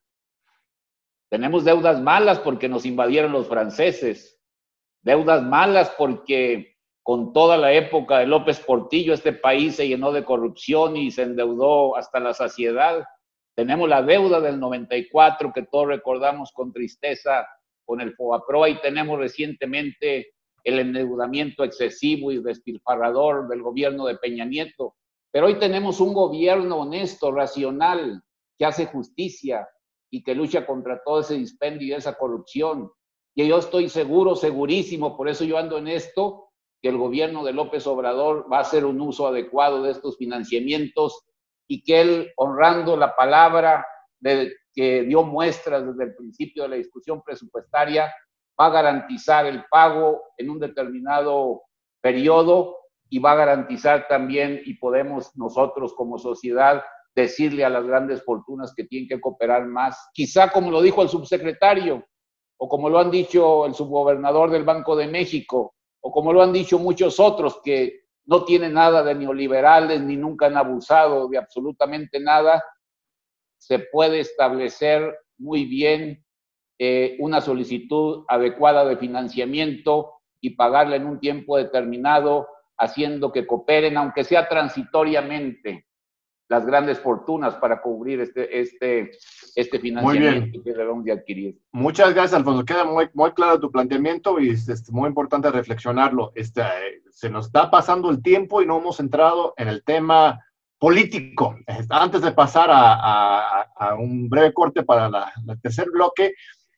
Tenemos deudas malas porque nos invadieron los franceses. Deudas malas porque con toda la época de López Portillo este país se llenó de corrupción y se endeudó hasta la saciedad. Tenemos la deuda del noventa y cuatro que todos recordamos con tristeza con el FOBAPROA, y tenemos recientemente el endeudamiento excesivo y despilfarrador del gobierno de Peña Nieto. Pero hoy tenemos un gobierno honesto, racional, que hace justicia y que lucha contra todo ese dispendio y esa corrupción. Y yo estoy seguro, segurísimo, por eso yo ando en esto, que el gobierno de López Obrador va a hacer un uso adecuado de estos financiamientos y que él, honrando la palabra de, que dio muestras desde el principio de la discusión presupuestaria, va a garantizar el pago en un determinado periodo y va a garantizar también, y podemos nosotros como sociedad decirle a las grandes fortunas que tienen que cooperar más, quizá como lo dijo el subsecretario, o como lo han dicho el subgobernador del Banco de México, o como lo han dicho muchos otros que no tienen nada de neoliberales ni nunca han abusado de absolutamente nada. Se puede establecer muy bien eh, una solicitud adecuada de financiamiento y pagarla en un tiempo determinado, haciendo que cooperen, aunque sea transitoriamente, las grandes fortunas para cubrir este, este, este financiamiento que debemos de adquirir. Muchas gracias, Alfonso. Queda muy, muy claro tu planteamiento y es, es muy importante reflexionarlo. Este, se nos está pasando el tiempo y no hemos entrado en el tema político. Antes de pasar a, a, a un breve corte para la, el tercer bloque,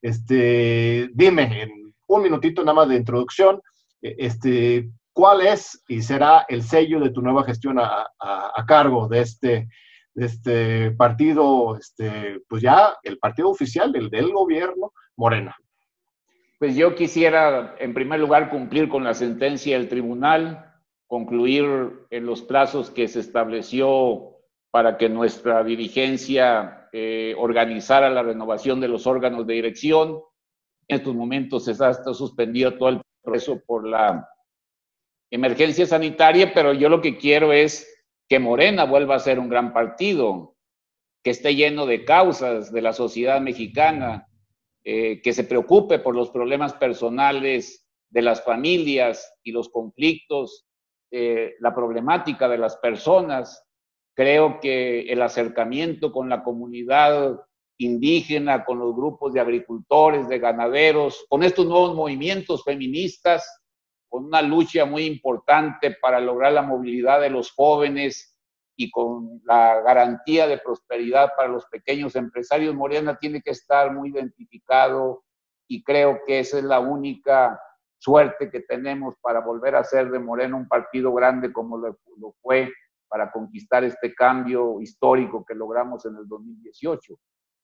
este, dime en un minutito nada más de introducción, este, ¿cuál es y será el sello de tu nueva gestión a, a, a cargo de este, de este partido, este, pues ya el partido oficial, el del gobierno, Morena? Pues yo quisiera, en primer lugar, cumplir con la sentencia del tribunal, concluir en los plazos que se estableció para que nuestra dirigencia eh, organizara la renovación de los órganos de dirección. En estos momentos se está, está suspendido todo el proceso por la emergencia sanitaria, pero yo lo que quiero es que Morena vuelva a ser un gran partido, que esté lleno de causas de la sociedad mexicana, eh, que se preocupe por los problemas personales de las familias y los conflictos, eh, la problemática de las personas. Creo que el acercamiento con la comunidad indígena, con los grupos de agricultores, de ganaderos, con estos nuevos movimientos feministas, con una lucha muy importante para lograr la movilidad de los jóvenes y con la garantía de prosperidad para los pequeños empresarios, Morena tiene que estar muy identificado y creo que esa es la única suerte que tenemos para volver a ser de Morena un partido grande como lo, lo fue para conquistar este cambio histórico que logramos en el dos mil dieciocho.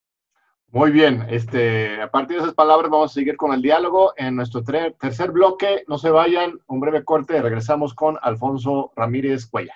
Muy bien, este, a partir de esas palabras vamos a seguir con el diálogo en nuestro tercer bloque. No se vayan, un breve corte, regresamos con Alfonso Ramírez Cuellar.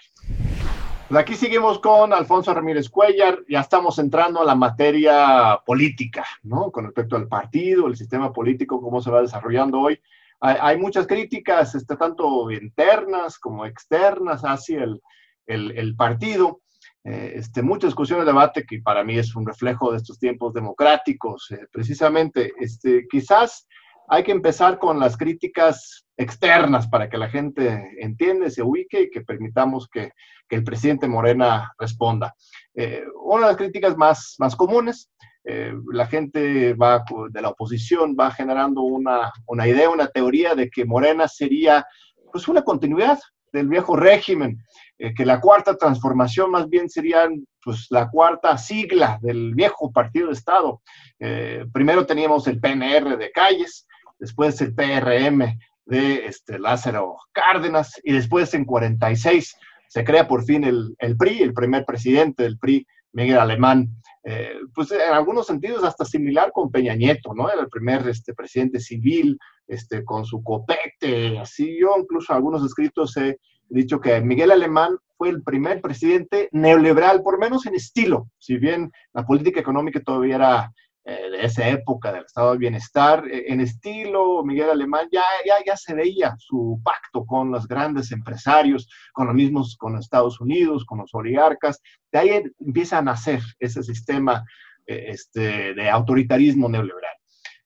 Pues aquí seguimos con Alfonso Ramírez Cuellar, ya estamos entrando a la materia política, ¿no? Con respecto al partido, el sistema político, cómo se va desarrollando hoy. Hay, hay muchas críticas, este, tanto internas como externas hacia el, el, el partido. Eh, este, mucha discusión y debate que para mí es un reflejo de estos tiempos democráticos. Eh, precisamente, este, quizás hay que empezar con las críticas externas para que la gente entienda, se ubique y que permitamos que, que el presidente Morena responda. Eh, una de las críticas más, más comunes, eh, la gente va de la oposición va generando una, una idea, una teoría de que Morena sería pues una continuidad del viejo régimen, eh, que la cuarta transformación más bien sería pues, la cuarta sigla del viejo partido de Estado. Eh, primero teníamos el P N R de Calles, después el P R M de este, Lázaro Cárdenas, y después en cuarenta y seis se crea por fin el, el P R I, el primer presidente del P R I, Miguel Alemán, eh, pues en algunos sentidos hasta similar con Peña Nieto, ¿no? Era el primer este, presidente civil, este, con su copete, así. Yo incluso en algunos escritos he dicho que Miguel Alemán fue el primer presidente neoliberal, por menos en estilo, si bien la política económica todavía era eh, de esa época, del estado de bienestar, eh, en estilo Miguel Alemán ya, ya, ya se veía su pacto con los grandes empresarios, con los mismos, con Estados Unidos, con los oligarcas. De ahí empieza a nacer ese sistema eh, este, de autoritarismo neoliberal.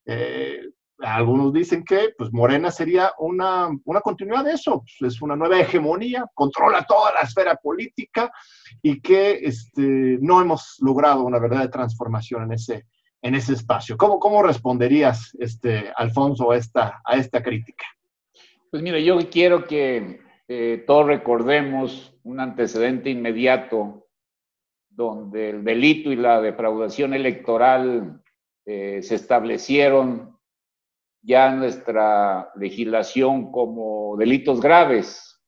Eh, Algunos dicen que pues, Morena sería una, una continuidad de eso, pues, es una nueva hegemonía, controla toda la esfera política y que este, no hemos logrado una verdadera transformación en ese, en ese espacio. ¿Cómo, cómo responderías, este, Alfonso, a esta, a esta crítica? Pues mira, yo quiero que eh, todos recordemos un antecedente inmediato donde el delito y la defraudación electoral eh, se establecieron ya nuestra legislación como delitos graves.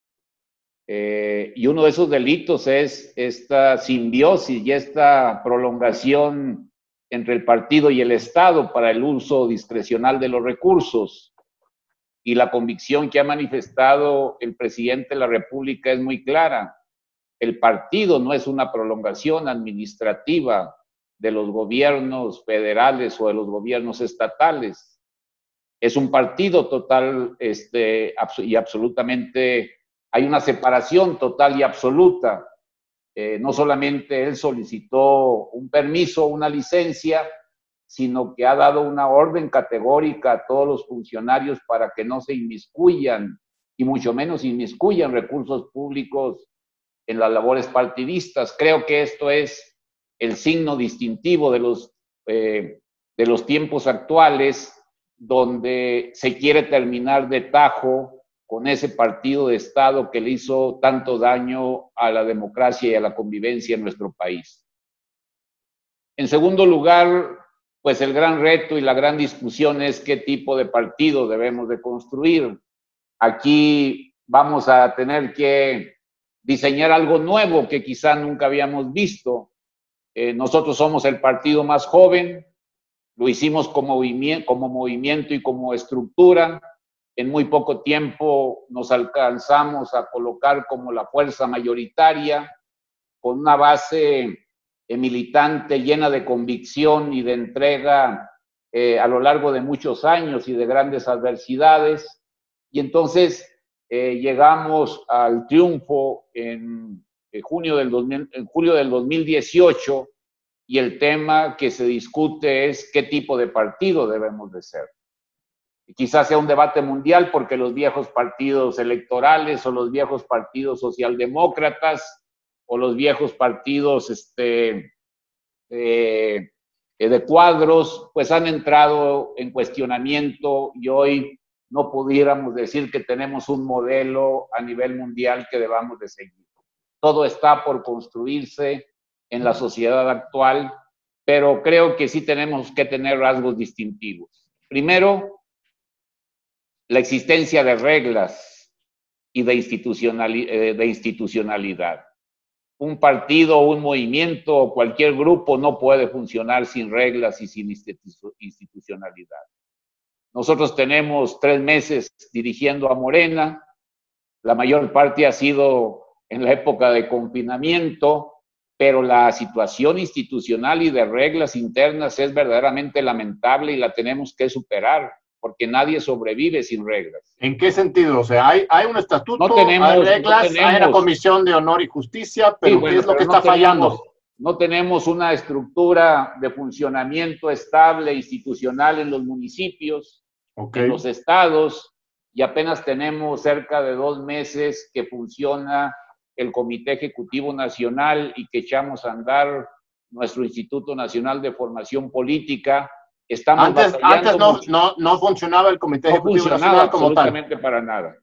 Eh, y uno de esos delitos es esta simbiosis y esta prolongación entre el partido y el Estado para el uso discrecional de los recursos. Y la convicción que ha manifestado el presidente de la República es muy clara. El partido no es una prolongación administrativa de los gobiernos federales o de los gobiernos estatales. Es un partido total este, y absolutamente, hay una separación total y absoluta. Eh, no solamente él solicitó un permiso, una licencia, sino que ha dado una orden categórica a todos los funcionarios para que no se inmiscuyan, y mucho menos inmiscuyan recursos públicos en las labores partidistas. Creo que esto es el signo distintivo de los, eh, de los tiempos actuales, donde se quiere terminar de tajo con ese partido de Estado que le hizo tanto daño a la democracia y a la convivencia en nuestro país. En segundo lugar, pues el gran reto y la gran discusión es qué tipo de partido debemos de construir. Aquí vamos a tener que diseñar algo nuevo que quizá nunca habíamos visto. Eh, nosotros somos el partido más joven, lo hicimos como movimiento, como movimiento y como estructura. En muy poco tiempo nos alcanzamos a colocar como la fuerza mayoritaria, con una base eh, militante llena de convicción y de entrega eh, a lo largo de muchos años y de grandes adversidades. Y entonces eh, llegamos al triunfo en, en, junio del dos mil, en julio del dos mil dieciocho, y el tema que se discute es qué tipo de partido debemos de ser. Y quizás sea un debate mundial porque los viejos partidos electorales o los viejos partidos socialdemócratas o los viejos partidos este, eh, de cuadros pues han entrado en cuestionamiento, y hoy no pudiéramos decir que tenemos un modelo a nivel mundial que debamos de seguir. Todo está por construirse en la sociedad actual, pero creo que sí tenemos que tener rasgos distintivos. Primero, la existencia de reglas y de, institucionali- eh, de institucionalidad. Un partido, un movimiento o cualquier grupo no puede funcionar sin reglas y sin institucionalidad. Nosotros tenemos tres meses dirigiendo a Morena. La mayor parte ha sido en la época de confinamiento, pero la situación institucional y de reglas internas es verdaderamente lamentable y la tenemos que superar, porque nadie sobrevive sin reglas. ¿En qué sentido? O sea, hay, hay un estatuto, no tenemos, hay reglas, no tenemos, hay una comisión de honor y justicia, pero sí, bueno, ¿qué es lo que no está tenemos, fallando? No tenemos una estructura de funcionamiento estable, institucional en los municipios, okay, en los estados, y apenas tenemos cerca de dos meses que funciona el Comité Ejecutivo Nacional y que echamos a andar nuestro Instituto Nacional de Formación Política. Estamos antes antes no, no, no funcionaba el Comité no Ejecutivo funcionaba Nacional como tal. Absolutamente para nada.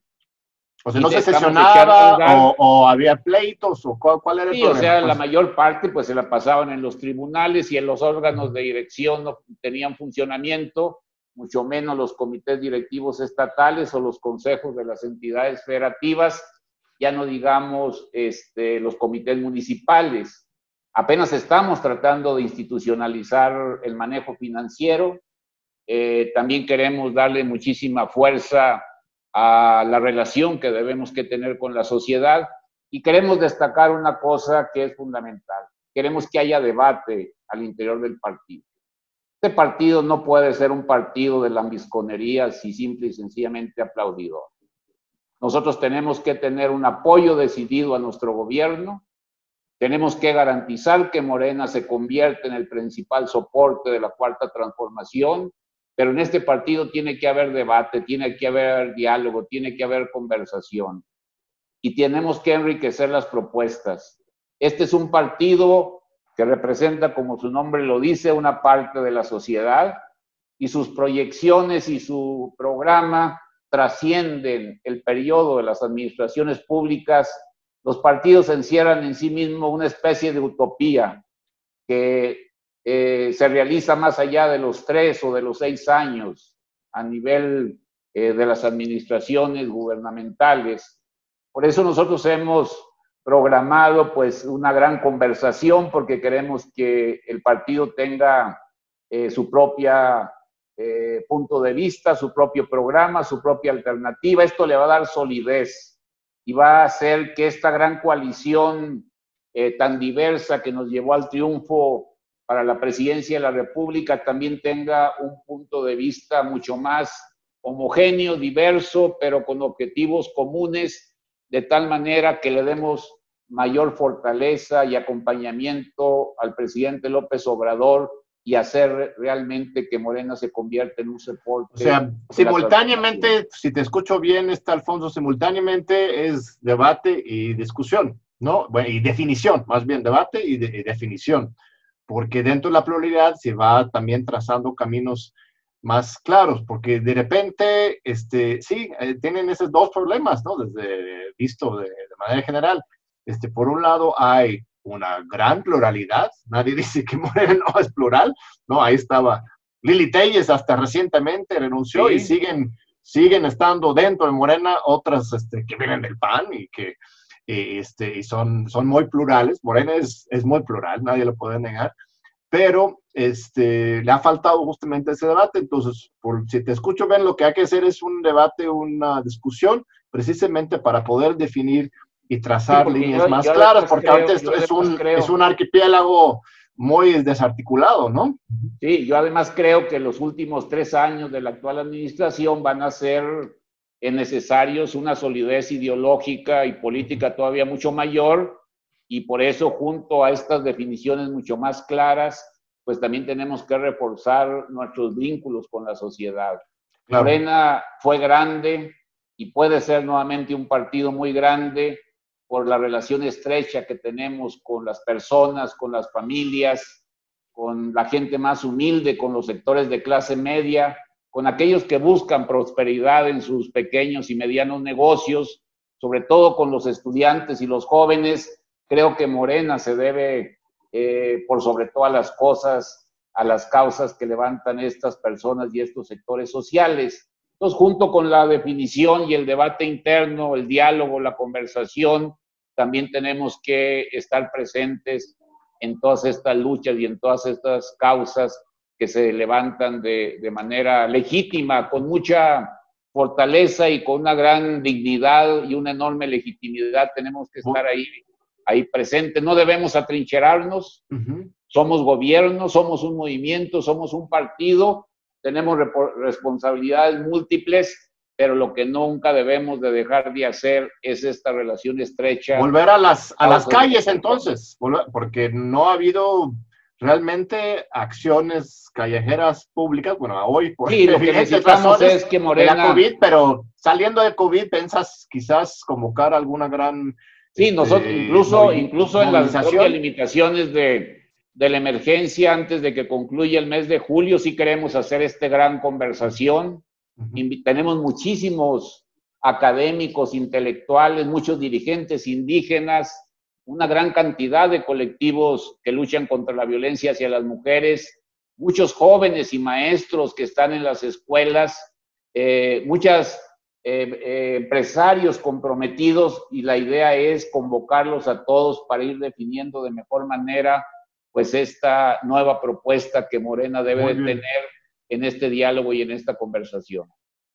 O sea, no se sesionaba o, o había pleitos o cuál, cuál era el sí, problema. O sea, pues, la mayor parte pues se la pasaban en los tribunales y en los órganos de dirección no tenían funcionamiento, mucho menos los comités directivos estatales o los consejos de las entidades federativas, ya no digamos este, los comités municipales. Apenas estamos tratando de institucionalizar el manejo financiero. Eh, también queremos darle muchísima fuerza a la relación que debemos que tener con la sociedad, y queremos destacar una cosa que es fundamental. Queremos que haya debate al interior del partido. Este partido no puede ser un partido de lambisconerías y simple y sencillamente aplaudidor. Nosotros tenemos que tener un apoyo decidido a nuestro gobierno. Tenemos que garantizar que Morena se convierta en el principal soporte de la Cuarta Transformación, pero en este partido tiene que haber debate, tiene que haber diálogo, tiene que haber conversación, y tenemos que enriquecer las propuestas. Este es un partido que representa, como su nombre lo dice, una parte de la sociedad, y sus proyecciones y su programa trascienden el periodo de las administraciones públicas. Los partidos encierran en sí mismos una especie de utopía que eh, se realiza más allá de los tres o de los seis años a nivel eh, de las administraciones gubernamentales. Por eso nosotros hemos programado pues una gran conversación, porque queremos que el partido tenga eh, su propia eh, punto de vista, su propio programa, su propia alternativa. Esto le va a dar solidez y va a hacer que esta gran coalición eh, tan diversa que nos llevó al triunfo para la presidencia de la República también tenga un punto de vista mucho más homogéneo, diverso, pero con objetivos comunes, de tal manera que le demos mayor fortaleza y acompañamiento al presidente López Obrador y hacer realmente que Morena se convierta en un soporte. O sea, simultáneamente, si te escucho bien, está Alfonso, simultáneamente es debate y discusión, ¿no? Bueno, y definición, más bien debate y, de, y definición, porque dentro de la pluralidad se va también trazando caminos más claros, porque de repente, este, sí, eh, tienen esos dos problemas, ¿no? Desde visto de, de manera general. Este, por un lado hay una gran pluralidad, nadie dice que Morena no es plural, ¿no? Ahí estaba Lili Telles hasta recientemente renunció, sí, y siguen, siguen estando dentro de Morena otras este, que vienen del P A N y que y, este, y son, son muy plurales. Morena es, es muy plural, nadie lo puede negar, pero este, le ha faltado justamente ese debate. Entonces, por, si te escucho bien, lo que hay que hacer es un debate, una discusión, precisamente para poder definir y trazar sí, líneas yo, más yo claras, porque creo, ahorita esto es un, es un archipiélago muy desarticulado, ¿no? Sí, yo además creo que los últimos tres años de la actual administración van a ser necesarios una solidez ideológica y política todavía mucho mayor, y por eso, junto a estas definiciones mucho más claras, pues también tenemos que reforzar nuestros vínculos con la sociedad. Claro. Morena fue grande y puede ser nuevamente un partido muy grande por la relación estrecha que tenemos con las personas, con las familias, con la gente más humilde, con los sectores de clase media, con aquellos que buscan prosperidad en sus pequeños y medianos negocios, sobre todo con los estudiantes y los jóvenes. Creo que Morena se debe, eh, por sobre todas las cosas, a las causas que levantan estas personas y estos sectores sociales. Entonces, junto con la definición y el debate interno, el diálogo, la conversación, también tenemos que estar presentes en todas estas luchas y en todas estas causas que se levantan de, de manera legítima, con mucha fortaleza y con una gran dignidad y una enorme legitimidad. Tenemos que estar ahí, ahí presentes. No debemos atrincherarnos. Uh-huh. Somos gobierno, somos un movimiento, somos un partido, tenemos responsabilidades múltiples, pero lo que nunca debemos de dejar de hacer es esta relación estrecha. Volver a las, a las calles entonces, porque no ha habido realmente acciones callejeras públicas, bueno, hoy por sí, lo que necesitamos es que Morena... la COVID, pero saliendo de COVID, ¿piensas quizás convocar alguna gran... Sí, nosotros eh, incluso, incluso en las propias limitaciones de, de la emergencia, antes de que concluya el mes de julio, sí queremos hacer esta gran conversación. Uh-huh. Tenemos muchísimos académicos, intelectuales, muchos dirigentes indígenas, una gran cantidad de colectivos que luchan contra la violencia hacia las mujeres, muchos jóvenes y maestros que están en las escuelas, eh, muchos eh, eh, empresarios comprometidos, y la idea es convocarlos a todos para ir definiendo de mejor manera pues esta nueva propuesta que Morena debe de tener en este diálogo y en esta conversación.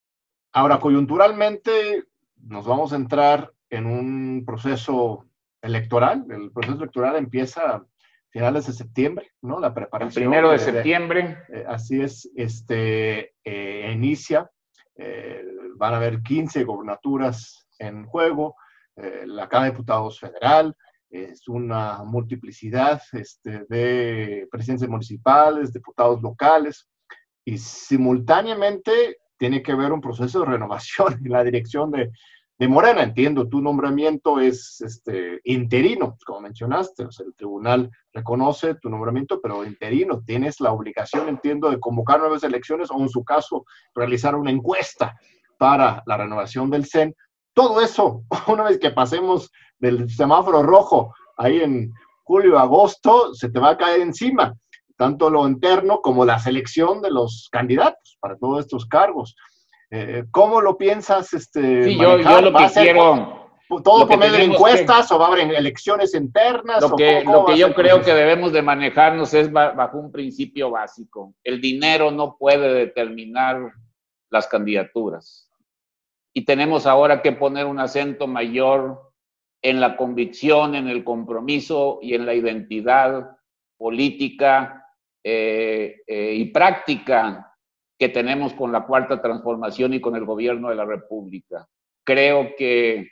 Ahora, coyunturalmente, nos vamos a entrar en un proceso electoral. El proceso electoral empieza a finales de septiembre, ¿no? La preparación. El primero de, de septiembre. Eh, así es, este, eh, inicia. Eh, van a haber quince gobernaturas en juego. Eh, la Cámara de Diputados Federal. Es una multiplicidad este, de presidentes municipales, diputados locales. Y simultáneamente tiene que haber un proceso de renovación en la dirección de, de Morena. Entiendo, tu nombramiento es este, interino, como mencionaste. O sea, el tribunal reconoce tu nombramiento, pero interino. Tienes la obligación, entiendo, de convocar nuevas elecciones o, en su caso, realizar una encuesta para la renovación del C E N. Todo eso, una vez que pasemos del semáforo rojo, ahí en julio, agosto, se te va a caer encima. Tanto lo interno como la selección de los candidatos para todos estos cargos. Eh, ¿Cómo lo piensas este, sí, yo, yo lo que quiero, todo por medio de encuestas que, o va a haber elecciones internas? Lo o que, cómo, cómo lo que yo creo proceso? que debemos de manejarnos es bajo un principio básico. El dinero no puede determinar las candidaturas. Y tenemos ahora que poner un acento mayor en la convicción, en el compromiso y en la identidad política eh, eh, y práctica que tenemos con la Cuarta Transformación y con el gobierno de la República. Creo que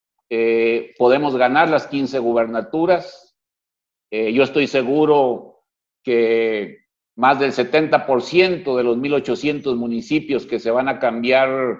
eh, podemos ganar las quince gubernaturas. Eh, yo estoy seguro que más del setenta por ciento de los mil ochocientos municipios que se van a cambiar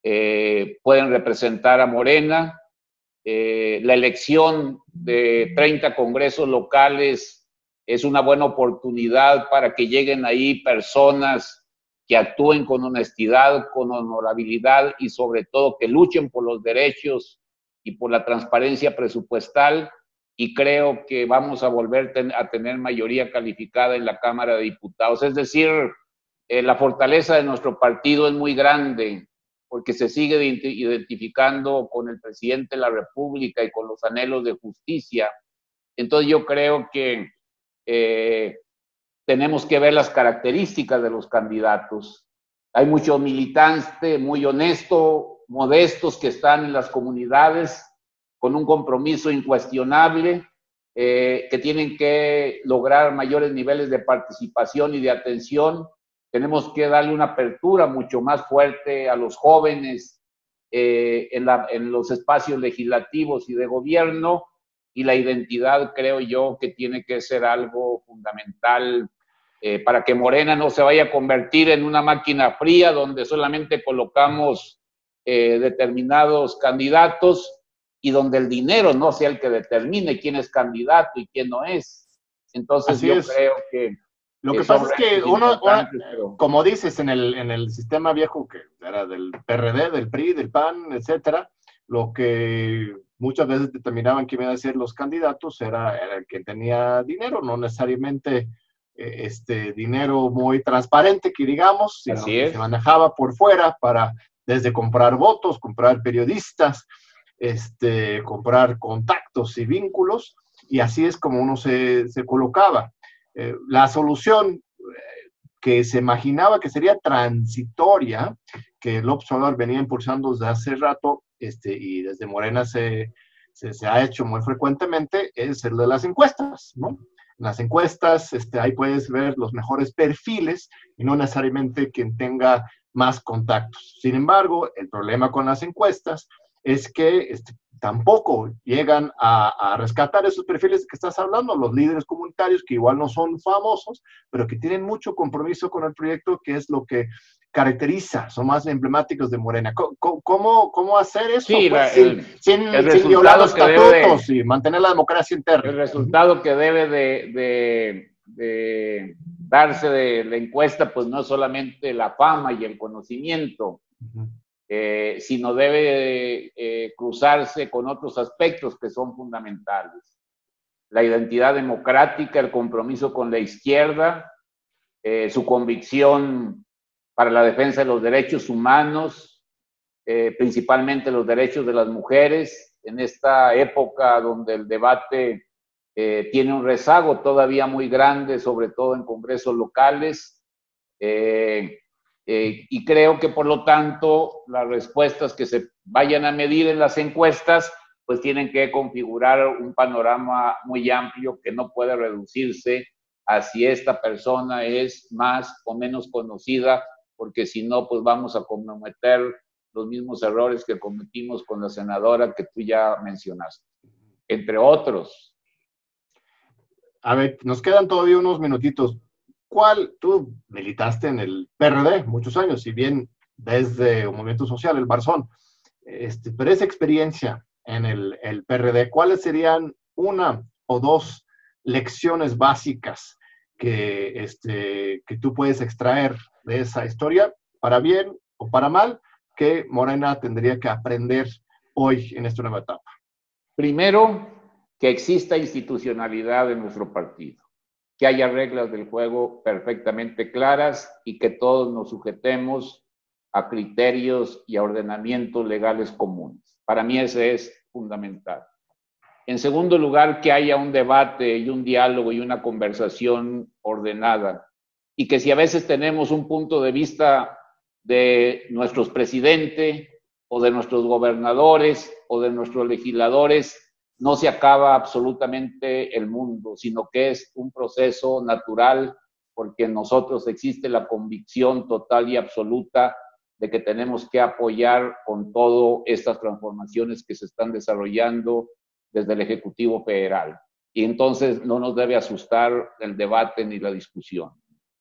eh, pueden representar a Morena. Eh, la elección de treinta congresos locales es una buena oportunidad para que lleguen ahí personas que actúen con honestidad, con honorabilidad y sobre todo que luchen por los derechos y por la transparencia presupuestal, y creo que vamos a volver ten, a tener mayoría calificada en la Cámara de Diputados. Es decir, eh, la fortaleza de nuestro partido es muy grande, porque se sigue identificando con el presidente de la República y con los anhelos de justicia. Entonces yo creo que eh, tenemos que ver las características de los candidatos. Hay mucho militante, muy honesto, modestos que están en las comunidades con un compromiso incuestionable, eh, que tienen que lograr mayores niveles de participación y de atención. Tenemos que darle una apertura mucho más fuerte a los jóvenes eh, en, la, en los espacios legislativos y de gobierno, y la identidad, creo yo, que tiene que ser algo fundamental eh, para que Morena no se vaya a convertir en una máquina fría donde solamente colocamos eh, determinados candidatos y donde el dinero no sea el que determine quién es candidato y quién no es. Entonces Así yo es. creo que Lo que pasa es que uno, uno pero... como dices, en el, en el sistema viejo que era del P R D, del P R I, del P A N, etcétera, lo que muchas veces determinaban quién iban a ser los candidatos era, era el que tenía dinero, no necesariamente eh, este dinero muy transparente, que digamos, sino Así que es. se manejaba por fuera para desde comprar votos, comprar periodistas, este, comprar contactos y vínculos, y así es como uno se, se colocaba. Eh, la solución eh, que se imaginaba que sería transitoria, que López Obrador venía impulsando desde hace rato, este, y desde Morena se, se, se ha hecho muy frecuentemente, es el de las encuestas, ¿no? En las encuestas, este, ahí puedes ver los mejores perfiles y no necesariamente quien tenga más contactos. Sin embargo, el problema con las encuestas es que este, tampoco llegan a, a rescatar esos perfiles que estás hablando, los líderes comunitarios que igual no son famosos, pero que tienen mucho compromiso con el proyecto, que es lo que caracteriza, son más emblemáticos de Morena. ¿Cómo, cómo, cómo hacer eso? Sí, pues, la, sin, el, sin, el sin violar los que estatutos de, y mantener la democracia interna. El resultado que debe de, de, de darse de la encuesta, pues no es solamente la fama y el conocimiento, uh-huh. eh, sino debe eh, cruzarse con otros aspectos que son fundamentales. La identidad democrática, el compromiso con la izquierda, eh, su convicción para la defensa de los derechos humanos, eh, principalmente los derechos de las mujeres, en esta época donde el debate eh, tiene un rezago todavía muy grande, sobre todo en congresos locales, eh, eh, y creo que por lo tanto las respuestas que se vayan a medir en las encuestas pues tienen que configurar un panorama muy amplio que no puede reducirse a si esta persona es más o menos conocida, porque si no, pues vamos a cometer los mismos errores que cometimos con la senadora que tú ya mencionaste, entre otros. A ver, nos quedan todavía unos minutitos. ¿Cuál? Tú militaste en el P R D muchos años, si bien desde un movimiento social, el Barzón, este, pero esa experiencia en el, el P R D, ¿cuáles serían una o dos lecciones básicas que, este, que tú puedes extraer de esa historia, para bien o para mal, que Morena tendría que aprender hoy en esta nueva etapa? Primero, que exista institucionalidad en nuestro partido, que haya reglas del juego perfectamente claras y que todos nos sujetemos a criterios y a ordenamientos legales comunes. Para mí ese es fundamental. En segundo lugar, que haya un debate y un diálogo y una conversación ordenada. Y que si a veces tenemos un punto de vista de nuestros presidentes o de nuestros gobernadores o de nuestros legisladores, no se acaba absolutamente el mundo, sino que es un proceso natural, porque en nosotros existe la convicción total y absoluta de que tenemos que apoyar con todo estas transformaciones que se están desarrollando desde el Ejecutivo Federal. Y entonces no nos debe asustar el debate ni la discusión.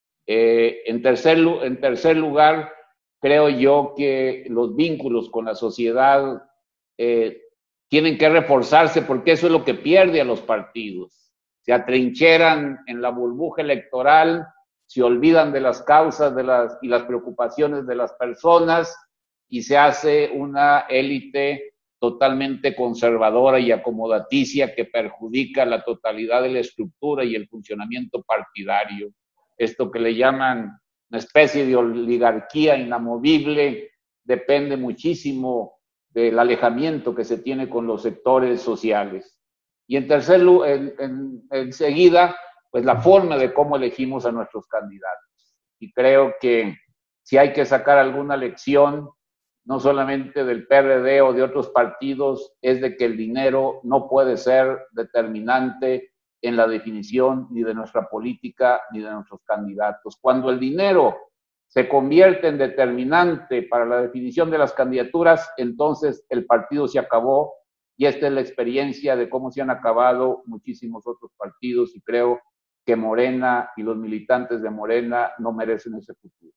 Eh, en, tercer, en tercer lugar, creo yo que los vínculos con la sociedad eh, tienen que reforzarse, porque eso es lo que pierde a los partidos. Se atrincheran en la burbuja electoral, se olvidan de las causas de las, y las preocupaciones de las personas y se hace una élite totalmente conservadora y acomodaticia que perjudica la totalidad de la estructura y el funcionamiento partidario. Esto que le llaman una especie de oligarquía inamovible depende muchísimo del alejamiento que se tiene con los sectores sociales. Y en tercer lugar, en, en, enseguida, pues la forma de cómo elegimos a nuestros candidatos. Y creo que si hay que sacar alguna lección, no solamente del P R D o de otros partidos, es de que el dinero no puede ser determinante en la definición ni de nuestra política ni de nuestros candidatos. Cuando el dinero se convierte en determinante para la definición de las candidaturas, entonces el partido se acabó, y esta es la experiencia de cómo se han acabado muchísimos otros partidos, y creo que Morena y los militantes de Morena no merecen ese futuro.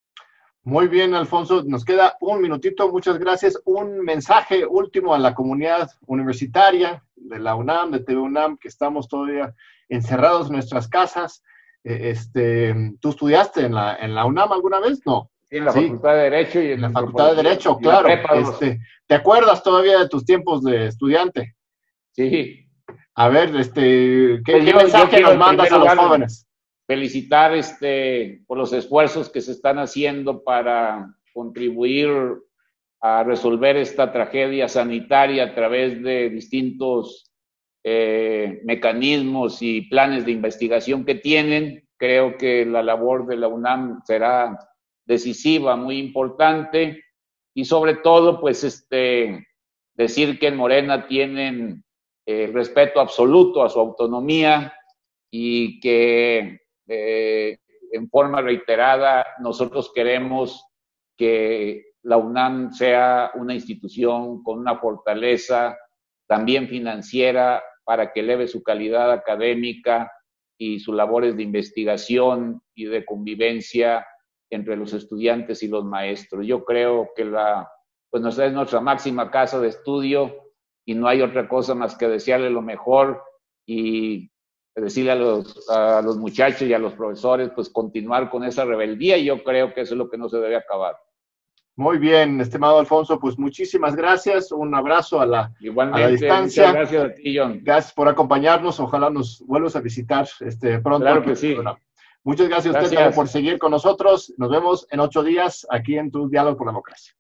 Muy bien, Alfonso, nos queda un minutito, muchas gracias. Un mensaje último a la comunidad universitaria de la UNAM, de T V UNAM, que estamos todavía encerrados en nuestras casas. Eh, este, ¿tú estudiaste en la, en la UNAM alguna vez? No. Sí, en la sí. Facultad de Derecho. Y en la, la Facultad de Derecho, claro. Este, ¿te acuerdas todavía de tus tiempos de estudiante? Sí. A ver, este, ¿qué, pues ¿qué yo, mensaje yo nos mandas a los jóvenes? Felicitar este, por los esfuerzos que se están haciendo para contribuir a resolver esta tragedia sanitaria a través de distintos eh, mecanismos y planes de investigación que tienen. Creo que la labor de la UNAM será decisiva, muy importante, y sobre todo, pues, este, decir que en Morena tienen eh, respeto absoluto a su autonomía y que Eh, en forma reiterada, nosotros queremos que la UNAM sea una institución con una fortaleza también financiera para que eleve su calidad académica y sus labores de investigación y de convivencia entre los estudiantes y los maestros. Yo creo que la, pues nuestra, es nuestra máxima casa de estudio y no hay otra cosa más que desearle lo mejor y decirle a los, a los muchachos y a los profesores, pues continuar con esa rebeldía, y yo creo que eso es lo que no se debe acabar. Muy bien, estimado Alfonso, pues muchísimas gracias, un abrazo a la, Igualmente, a la distancia. Muchas gracias a ti, John. Gracias por acompañarnos, ojalá nos vuelvas a visitar este, pronto. Claro que sí. Muchas gracias a usted también por seguir con nosotros, nos vemos en ocho días aquí en Tu Diálogo por la Democracia.